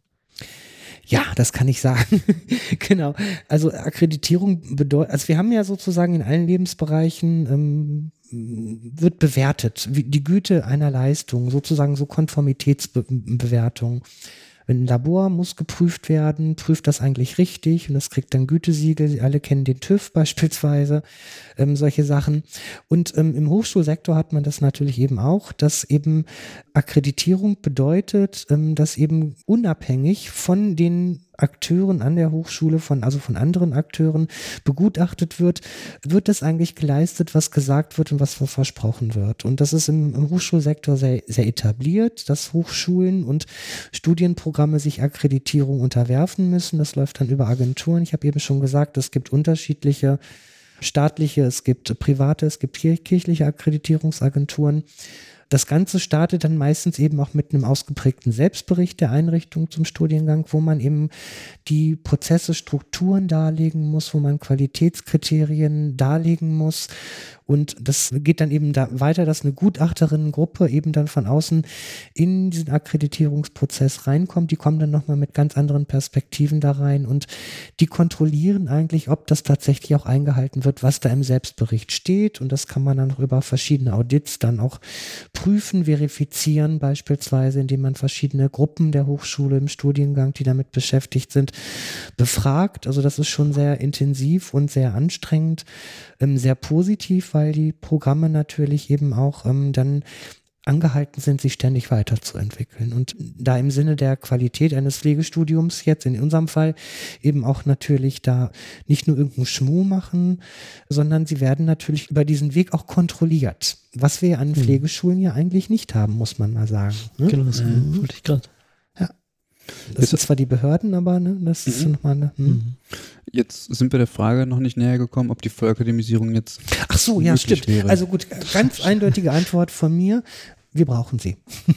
Ja, das kann ich sagen. Genau. Also Akkreditierung bedeutet, also wir haben ja sozusagen in allen Lebensbereichen wird bewertet, wie die Güte einer Leistung, sozusagen so Konformitätsbewertung. ein Labor muss geprüft werden, prüft das eigentlich richtig und das kriegt dann Gütesiegel. Sie alle kennen den TÜV beispielsweise, solche Sachen. Und im Hochschulsektor hat man das natürlich eben auch, dass eben Akkreditierung bedeutet, dass eben unabhängig von den Akteuren an der Hochschule, also von anderen Akteuren begutachtet wird das eigentlich geleistet, was gesagt wird und was versprochen wird. Und das ist im Hochschulsektor sehr, sehr etabliert, dass Hochschulen und Studienprogramme sich Akkreditierung unterwerfen müssen. Das läuft dann über Agenturen. Ich habe eben schon gesagt, es gibt unterschiedliche staatliche, es gibt private, es gibt kirchliche Akkreditierungsagenturen. Das Ganze startet dann meistens eben auch mit einem ausgeprägten Selbstbericht der Einrichtung zum Studiengang, wo man eben die Prozesse, Strukturen darlegen muss, wo man Qualitätskriterien darlegen muss. Und das geht dann eben da weiter, dass eine Gutachterinnengruppe eben dann von außen in diesen Akkreditierungsprozess reinkommt. Die kommen dann nochmal mit ganz anderen Perspektiven da rein und die kontrollieren eigentlich, ob das tatsächlich auch eingehalten wird, was da im Selbstbericht steht. Und das kann man dann über verschiedene Audits dann auch prüfen, verifizieren, beispielsweise, indem man verschiedene Gruppen der Hochschule im Studiengang, die damit beschäftigt sind, befragt. Also das ist schon sehr intensiv und sehr anstrengend, sehr positiv, weil die Programme natürlich eben auch dann angehalten sind, sich ständig weiterzuentwickeln. Und da im Sinne der Qualität eines Pflegestudiums jetzt in unserem Fall eben auch natürlich da nicht nur irgendeinen Schmuh machen, sondern sie werden natürlich über diesen Weg auch kontrolliert. Was wir an Pflegeschulen ja eigentlich nicht haben, muss man mal sagen. Ne? Genau, das wollte ich gerade. Ja. Das sind zwar die Behörden, aber das ist nochmal eine. Jetzt sind wir der Frage noch nicht näher gekommen, ob die Vollakademisierung jetzt. Ach so, ja, stimmt. Wäre. Also gut, ganz eindeutige Antwort von mir. Wir brauchen sie.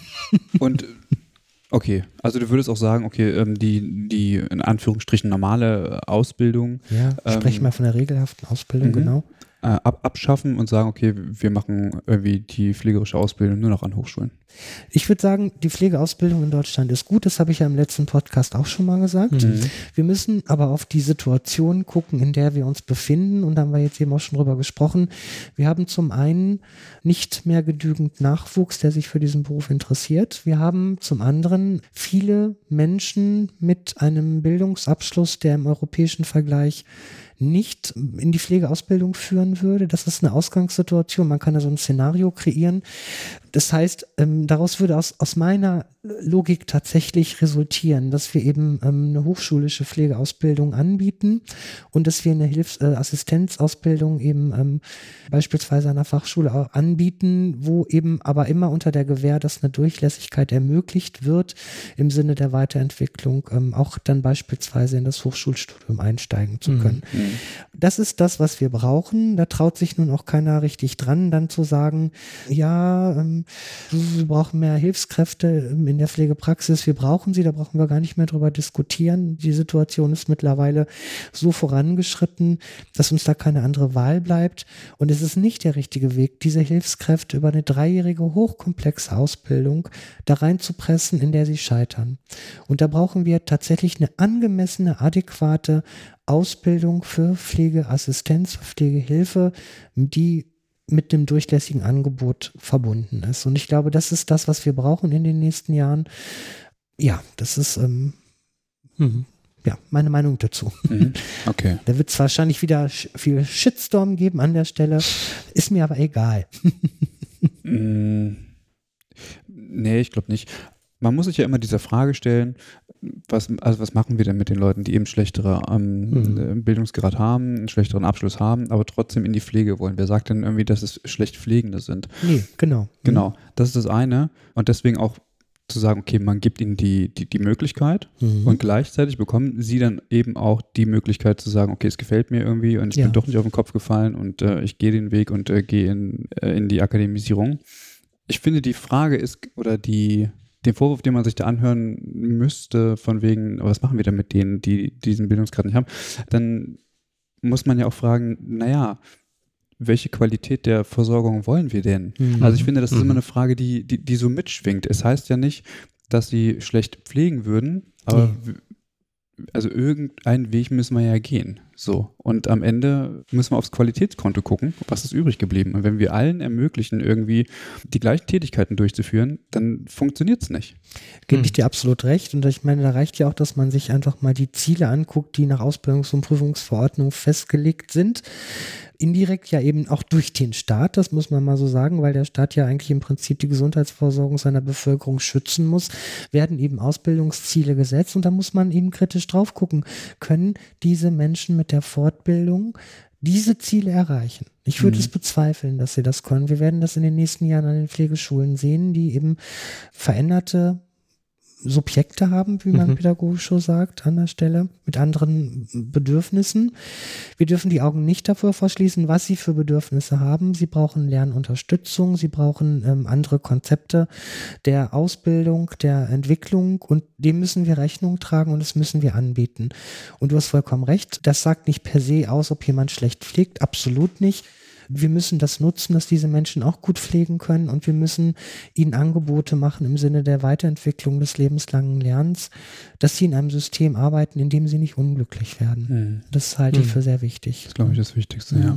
Und okay, also du würdest auch sagen, okay, die in Anführungsstrichen normale Ausbildung. Ja, sprechen wir von der regelhaften Ausbildung, genau. Abschaffen und sagen, okay, wir machen irgendwie die pflegerische Ausbildung nur noch an Hochschulen. Ich würde sagen, die Pflegeausbildung in Deutschland ist gut. Das habe ich ja im letzten Podcast auch schon mal gesagt. Wir müssen aber auf die Situation gucken, in der wir uns befinden. Und da haben wir jetzt eben auch schon drüber gesprochen. Wir haben zum einen nicht mehr genügend Nachwuchs, der sich für diesen Beruf interessiert. Wir haben zum anderen viele Menschen mit einem Bildungsabschluss, der im europäischen Vergleich nicht in die Pflegeausbildung führen würde. Das ist eine Ausgangssituation. Man kann da so ein Szenario kreieren. Das heißt, daraus würde aus meiner Logik tatsächlich resultieren, dass wir eben eine hochschulische Pflegeausbildung anbieten und dass wir eine Assistenzausbildung eben beispielsweise an der Fachschule auch anbieten, wo eben aber immer unter der Gewähr, dass eine Durchlässigkeit ermöglicht wird, im Sinne der Weiterentwicklung auch dann beispielsweise in das Hochschulstudium einsteigen zu können. Das ist das, was wir brauchen. Da traut sich nun auch keiner richtig dran, dann zu sagen, ja, wir brauchen mehr Hilfskräfte in der Pflegepraxis, wir brauchen sie, da brauchen wir gar nicht mehr drüber diskutieren. Die Situation ist mittlerweile so vorangeschritten, dass uns da keine andere Wahl bleibt. Und es ist nicht der richtige Weg, diese Hilfskräfte über eine 3-jährige hochkomplexe Ausbildung da reinzupressen, in der sie scheitern. Und da brauchen wir tatsächlich eine angemessene, adäquate Ausbildung für Pflegeassistenz, für Pflegehilfe, die mit dem durchlässigen Angebot verbunden ist. Und ich glaube, das ist das, was wir brauchen in den nächsten Jahren. Ja, das ist ja, meine Meinung dazu. Okay. Da wird es wahrscheinlich wieder viel Shitstorm geben an der Stelle. Ist mir aber egal. Nee, ich glaube nicht. Man muss sich ja immer dieser Frage stellen, was machen wir denn mit den Leuten, die eben schlechtere Bildungsgrad haben, einen schlechteren Abschluss haben, aber trotzdem in die Pflege wollen? Wer sagt denn irgendwie, dass es schlecht Pflegende sind? Nee, genau. Genau, das ist das eine. Und deswegen auch zu sagen, okay, man gibt ihnen die Möglichkeit und gleichzeitig bekommen sie dann eben auch die Möglichkeit zu sagen, okay, es gefällt mir irgendwie und ich bin doch nicht auf den Kopf gefallen und ich gehe den Weg und gehe in die Akademisierung. Ich finde, die Frage ist, oder den Vorwurf, den man sich da anhören müsste, von wegen, was machen wir denn mit denen, die diesen Bildungsgrad nicht haben, dann muss man ja auch fragen, naja, welche Qualität der Versorgung wollen wir denn? Also ich finde, das ist immer eine Frage, die so mitschwingt. Es heißt ja nicht, dass sie schlecht pflegen würden, aber also irgendeinen Weg müssen wir ja gehen. So. Und am Ende müssen wir aufs Qualitätskonto gucken, was ist übrig geblieben. Und wenn wir allen ermöglichen, irgendwie die gleichen Tätigkeiten durchzuführen, dann funktioniert es nicht. Gebe ich dir absolut recht. Und ich meine, da reicht ja auch, dass man sich einfach mal die Ziele anguckt, die nach Ausbildungs- und Prüfungsverordnung festgelegt sind. Indirekt ja eben auch durch den Staat, das muss man mal so sagen, weil der Staat ja eigentlich im Prinzip die Gesundheitsversorgung seiner Bevölkerung schützen muss, werden eben Ausbildungsziele gesetzt und da muss man eben kritisch drauf gucken, können diese Menschen mit der Fortbildung diese Ziele erreichen? Ich würde es bezweifeln, dass sie das können. Wir werden das in den nächsten Jahren an den Pflegeschulen sehen, die eben veränderte Subjekte haben, wie man pädagogisch so sagt, an der Stelle, mit anderen Bedürfnissen. Wir dürfen die Augen nicht davor verschließen, was sie für Bedürfnisse haben. Sie brauchen Lernunterstützung, sie brauchen andere Konzepte der Ausbildung, der Entwicklung und dem müssen wir Rechnung tragen und das müssen wir anbieten. Und du hast vollkommen recht, das sagt nicht per se aus, ob jemand schlecht pflegt, absolut nicht. Wir müssen das nutzen, dass diese Menschen auch gut pflegen können und wir müssen ihnen Angebote machen im Sinne der Weiterentwicklung des lebenslangen Lernens, dass sie in einem System arbeiten, in dem sie nicht unglücklich werden. Das halte ich für sehr wichtig. Das ist, glaube ich, das Wichtigste, ja.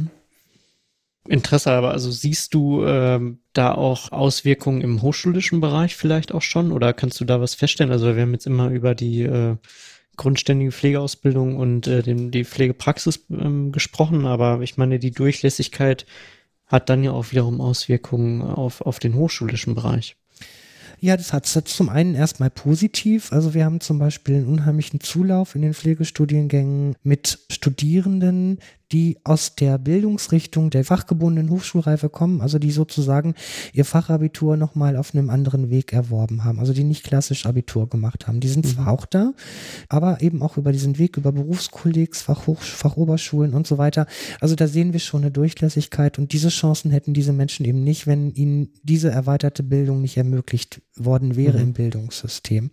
Interesse, aber also siehst du da auch Auswirkungen im hochschulischen Bereich vielleicht auch schon oder kannst du da was feststellen? Also wir haben jetzt immer über die grundständige Pflegeausbildung und die Pflegepraxis gesprochen, aber ich meine, die Durchlässigkeit hat dann ja auch wiederum Auswirkungen auf den hochschulischen Bereich. Ja, das hat zum einen erstmal positiv. Also wir haben zum Beispiel einen unheimlichen Zulauf in den Pflegestudiengängen mit Studierenden, die aus der Bildungsrichtung der fachgebundenen Hochschulreife kommen, also die sozusagen ihr Fachabitur nochmal auf einem anderen Weg erworben haben, also die nicht klassisch Abitur gemacht haben. Die sind zwar auch da, aber eben auch über diesen Weg, über Berufskollegs, Fachoberschulen und so weiter. Also da sehen wir schon eine Durchlässigkeit und diese Chancen hätten diese Menschen eben nicht, wenn ihnen diese erweiterte Bildung nicht ermöglicht worden wäre im Bildungssystem.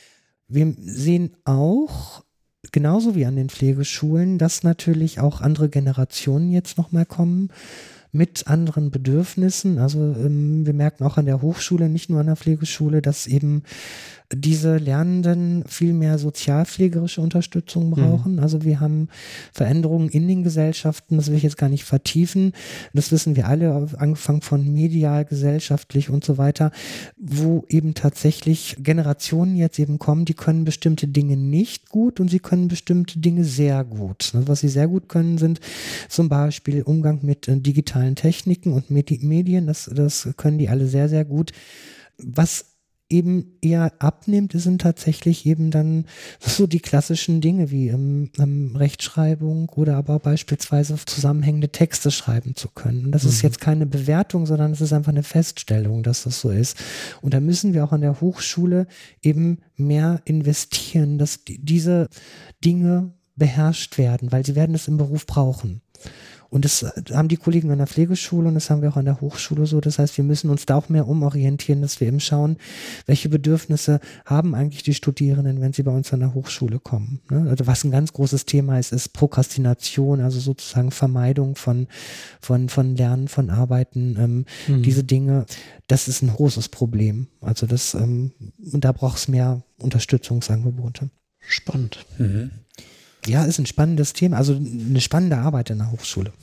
Wir sehen auch, genauso wie an den Pflegeschulen, dass natürlich auch andere Generationen jetzt nochmal kommen mit anderen Bedürfnissen. Also wir merken auch an der Hochschule, nicht nur an der Pflegeschule, dass eben diese Lernenden viel mehr sozialpflegerische Unterstützung brauchen. Also wir haben Veränderungen in den Gesellschaften, das will ich jetzt gar nicht vertiefen. Das wissen wir alle, angefangen von medial, gesellschaftlich und so weiter, wo eben tatsächlich Generationen jetzt eben kommen, die können bestimmte Dinge nicht gut und sie können bestimmte Dinge sehr gut. Was sie sehr gut können, sind zum Beispiel Umgang mit digitalen Techniken und Medien, das können die alle sehr, sehr gut. Was eben eher abnimmt, sind tatsächlich eben dann so die klassischen Dinge wie Rechtschreibung oder aber beispielsweise zusammenhängende Texte schreiben zu können. Und das ist jetzt keine Bewertung, sondern es ist einfach eine Feststellung, dass das so ist. Und da müssen wir auch an der Hochschule eben mehr investieren, dass diese Dinge beherrscht werden, weil sie werden es im Beruf brauchen. Und das haben die Kollegen an der Pflegeschule und das haben wir auch an der Hochschule so. Das heißt, wir müssen uns da auch mehr umorientieren, dass wir eben schauen, welche Bedürfnisse haben eigentlich die Studierenden, wenn sie bei uns an der Hochschule kommen. Also was ein ganz großes Thema ist Prokrastination, also sozusagen Vermeidung von Lernen, von Arbeiten. Diese Dinge, das ist ein großes Problem. Also und da braucht es mehr Unterstützungsangebote. Spannend. Ja, ist ein spannendes Thema, also eine spannende Arbeit in der Hochschule.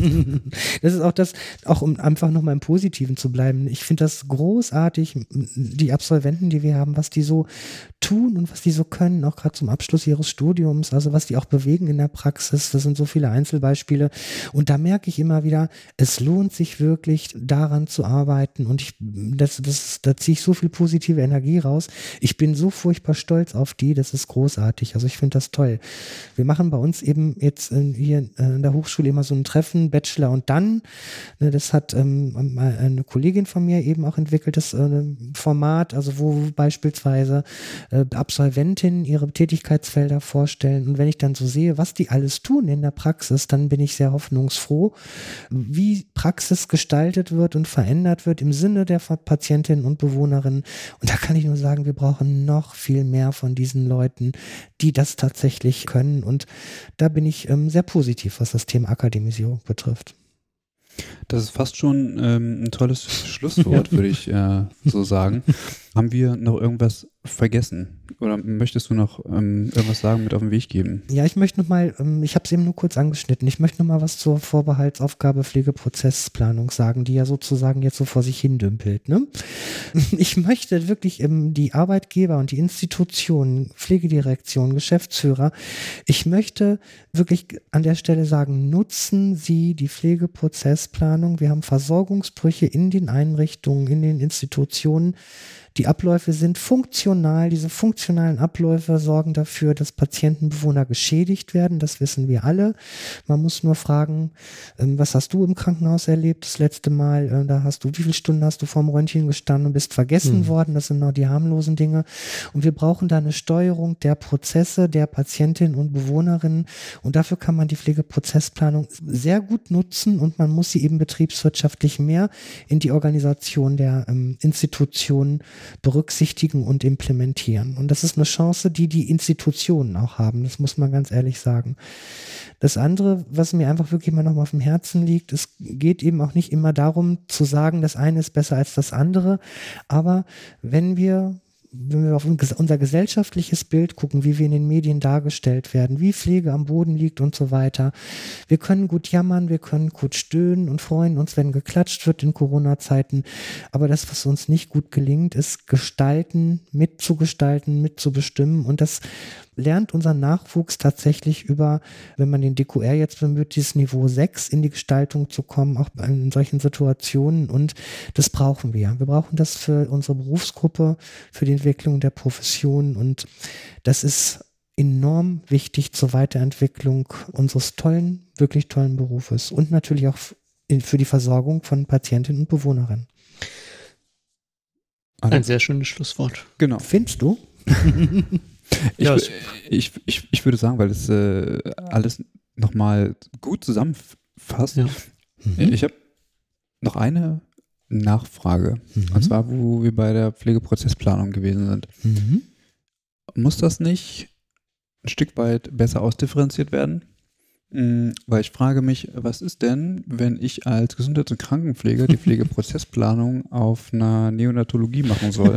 Das ist auch um einfach nochmal im Positiven zu bleiben. Ich finde das großartig, die Absolventen, die wir haben, was die so tun und was die so können, auch gerade zum Abschluss ihres Studiums, also was die auch bewegen in der Praxis. Das sind so viele Einzelbeispiele. Und da merke ich immer wieder, es lohnt sich wirklich, daran zu arbeiten. Und da ziehe ich so viel positive Energie raus. Ich bin so furchtbar stolz auf die, das ist großartig. Also ich finde das toll. Wir machen bei uns eben jetzt hier in der Hochschule immer so ein Treffen, Bachelor und dann. Das hat eine Kollegin von mir eben auch entwickelt, das Format, also wo beispielsweise Absolventinnen ihre Tätigkeitsfelder vorstellen. Und wenn ich dann so sehe, was die alles tun in der Praxis, dann bin ich sehr hoffnungsfroh, wie Praxis gestaltet wird und verändert wird im Sinne der Patientinnen und Bewohnerinnen. Und da kann ich nur sagen, wir brauchen noch viel mehr von diesen Leuten, die das tatsächlich können. Und da bin ich sehr positiv, was das Thema Akademisierung betrifft. Das ist fast schon ein tolles Schlusswort, würde ich so sagen. Haben wir noch irgendwas vergessen? Oder möchtest du noch irgendwas sagen, mit auf den Weg geben? Ja, ich möchte nochmal, ich habe es eben nur kurz angeschnitten, ich möchte nochmal was zur Vorbehaltsaufgabe Pflegeprozessplanung sagen, die ja sozusagen jetzt so vor sich hin dümpelt. Ne? Ich möchte wirklich die Arbeitgeber und die Institutionen, Pflegedirektion, Geschäftsführer, ich möchte wirklich an der Stelle sagen, nutzen Sie die Pflegeprozessplanung. Wir haben Versorgungsbrüche in den Einrichtungen, in den Institutionen. Die Abläufe sind funktional. Diese funktionalen Abläufe sorgen dafür, dass Patientenbewohner geschädigt werden. Das wissen wir alle. Man muss nur fragen, was hast du im Krankenhaus erlebt das letzte Mal? Wie viele Stunden hast du vorm Röntgen gestanden und bist vergessen worden? Das sind noch die harmlosen Dinge. Und wir brauchen da eine Steuerung der Prozesse der Patientinnen und Bewohnerinnen. Und dafür kann man die Pflegeprozessplanung sehr gut nutzen und man muss sie eben betriebswirtschaftlich mehr in die Organisation der Institutionen berücksichtigen und implementieren. Und das ist eine Chance, die Institutionen auch haben. Das muss man ganz ehrlich sagen. Das andere, was mir einfach wirklich mal nochmal auf dem Herzen liegt, es geht eben auch nicht immer darum zu sagen, das eine ist besser als das andere. Aber wenn wir auf unser gesellschaftliches Bild gucken, wie wir in den Medien dargestellt werden, wie Pflege am Boden liegt und so weiter. Wir können gut jammern, wir können gut stöhnen und freuen uns, wenn geklatscht wird in Corona-Zeiten. Aber das, was uns nicht gut gelingt, ist gestalten, mitzubestimmen. Und das lernt unser Nachwuchs tatsächlich über, wenn man den DQR jetzt bemüht, dieses Niveau 6 in die Gestaltung zu kommen, auch in solchen Situationen. Und das brauchen wir. Wir brauchen das für unsere Berufsgruppe, für die Entwicklung der Profession. Und das ist enorm wichtig zur Weiterentwicklung unseres tollen, wirklich tollen Berufes und natürlich auch für die Versorgung von Patientinnen und Bewohnerinnen. Ein sehr schönes Schlusswort. Genau. Findest du? Ich würde sagen, weil es alles nochmal gut zusammenfasst. Ja. Ich habe noch eine Nachfrage. Und zwar, wo wir bei der Pflegeprozessplanung gewesen sind. Muss das nicht ein Stück weit besser ausdifferenziert werden? Weil ich frage mich, was ist denn, wenn ich als Gesundheits- und Krankenpfleger die Pflegeprozessplanung auf einer Neonatologie machen soll?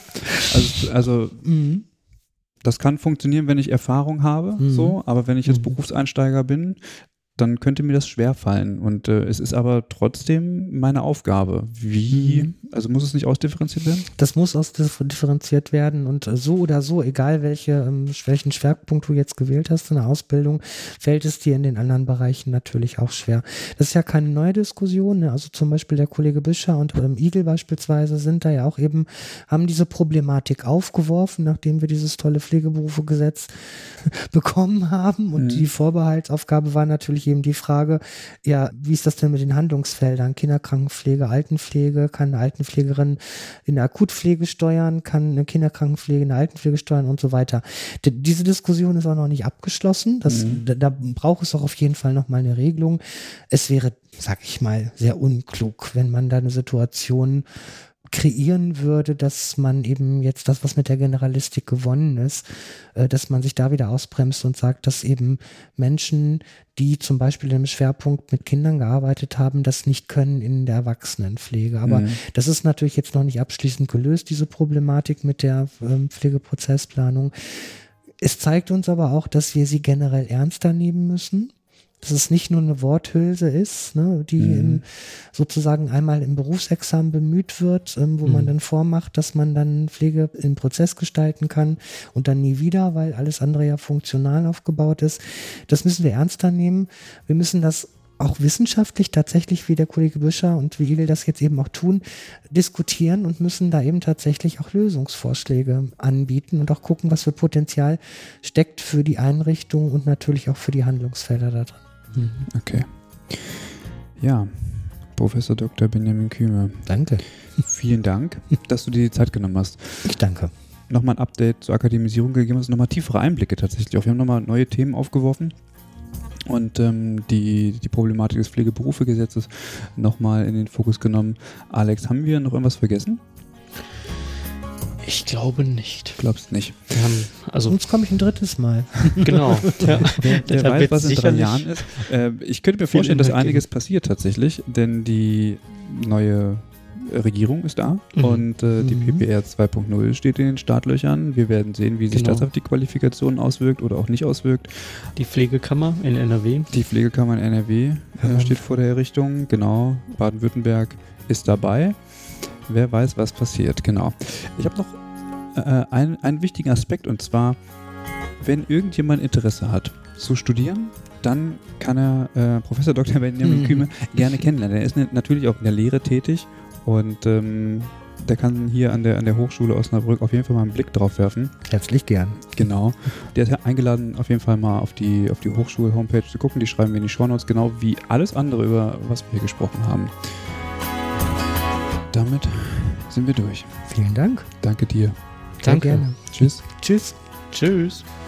Also das kann funktionieren, wenn ich Erfahrung habe, so, aber wenn ich jetzt Berufseinsteiger bin, dann könnte mir das schwerfallen. Und es ist aber trotzdem meine Aufgabe. Also muss es nicht ausdifferenziert werden? Das muss ausdifferenziert werden und so oder so, egal welchen Schwerpunkt du jetzt gewählt hast in der Ausbildung, fällt es dir in den anderen Bereichen natürlich auch schwer. Das ist ja keine neue Diskussion, ne? Also zum Beispiel der Kollege Büscher und Igel beispielsweise sind da ja auch eben, haben diese Problematik aufgeworfen, nachdem wir dieses tolle Pflegeberufegesetz bekommen haben und die Vorbehaltsaufgabe war natürlich eben die Frage, ja, wie ist das denn mit den Handlungsfeldern? Kinderkrankenpflege, Altenpflege, kann eine Altenpflegerin in der Akutpflege steuern, kann eine Kinderkrankenpflege in der Altenpflege steuern und so weiter. Diese Diskussion ist auch noch nicht abgeschlossen. Da braucht es auch auf jeden Fall nochmal eine Regelung. Es wäre, sag ich mal, sehr unklug, wenn man da eine Situation kreieren würde, dass man eben jetzt das, was mit der Generalistik gewonnen ist, dass man sich da wieder ausbremst und sagt, dass eben Menschen, die zum Beispiel im Schwerpunkt mit Kindern gearbeitet haben, das nicht können in der Erwachsenenpflege. Aber das ist natürlich jetzt noch nicht abschließend gelöst, diese Problematik mit der Pflegeprozessplanung. Es zeigt uns aber auch, dass wir sie generell ernster nehmen müssen. Dass es nicht nur eine Worthülse ist, ne, die sozusagen einmal im Berufsexamen bemüht wird, wo man dann vormacht, dass man dann Pflege im Prozess gestalten kann und dann nie wieder, weil alles andere ja funktional aufgebaut ist. Das müssen wir ernster nehmen. Wir müssen das auch wissenschaftlich tatsächlich, wie der Kollege Büscher und wie Igel das jetzt eben auch tun, diskutieren und müssen da eben tatsächlich auch Lösungsvorschläge anbieten und auch gucken, was für Potenzial steckt für die Einrichtung und natürlich auch für die Handlungsfelder da drin. Okay. Ja, Professor Dr. Benjamin Kühme. Danke. Vielen Dank, dass du dir die Zeit genommen hast. Ich danke. Nochmal ein Update zur Akademisierung gegeben hast, nochmal tiefere Einblicke tatsächlich. Wir haben nochmal neue Themen aufgeworfen und die Problematik des Pflegeberufegesetzes nochmal in den Fokus genommen. Alex, haben wir noch irgendwas vergessen? Ich glaube nicht. Glaubst nicht. Sonst komme ich ein drittes Mal. Genau. Wer weiß, was in 3 Jahren ist. Ich könnte mir vorstellen, dass einiges passiert tatsächlich, denn die neue Regierung ist da und die PPR 2.0 steht in den Startlöchern. Wir werden sehen, wie sich das auf die Qualifikation auswirkt oder auch nicht auswirkt. Die Pflegekammer in NRW. Die Pflegekammer in NRW steht vor der Errichtung. Genau, Baden-Württemberg ist dabei. Wer weiß, was passiert. Genau. Ich habe noch einen wichtigen Aspekt, und zwar, wenn irgendjemand Interesse hat zu studieren, dann kann er Professor Dr. Benjamin Kühme gerne kennenlernen. Er ist natürlich auch in der Lehre tätig und der kann hier an der Hochschule Osnabrück auf jeden Fall mal einen Blick drauf werfen. Herzlich gern. Genau. Der ist ja eingeladen, auf jeden Fall mal auf die Hochschul-Homepage zu gucken. Die schreiben wir in die Shownotes, genau wie alles andere, über was wir hier gesprochen haben. Damit sind wir durch. Vielen Dank. Danke dir. Danke. Sehr gerne. Tschüss. Tschüss. Tschüss.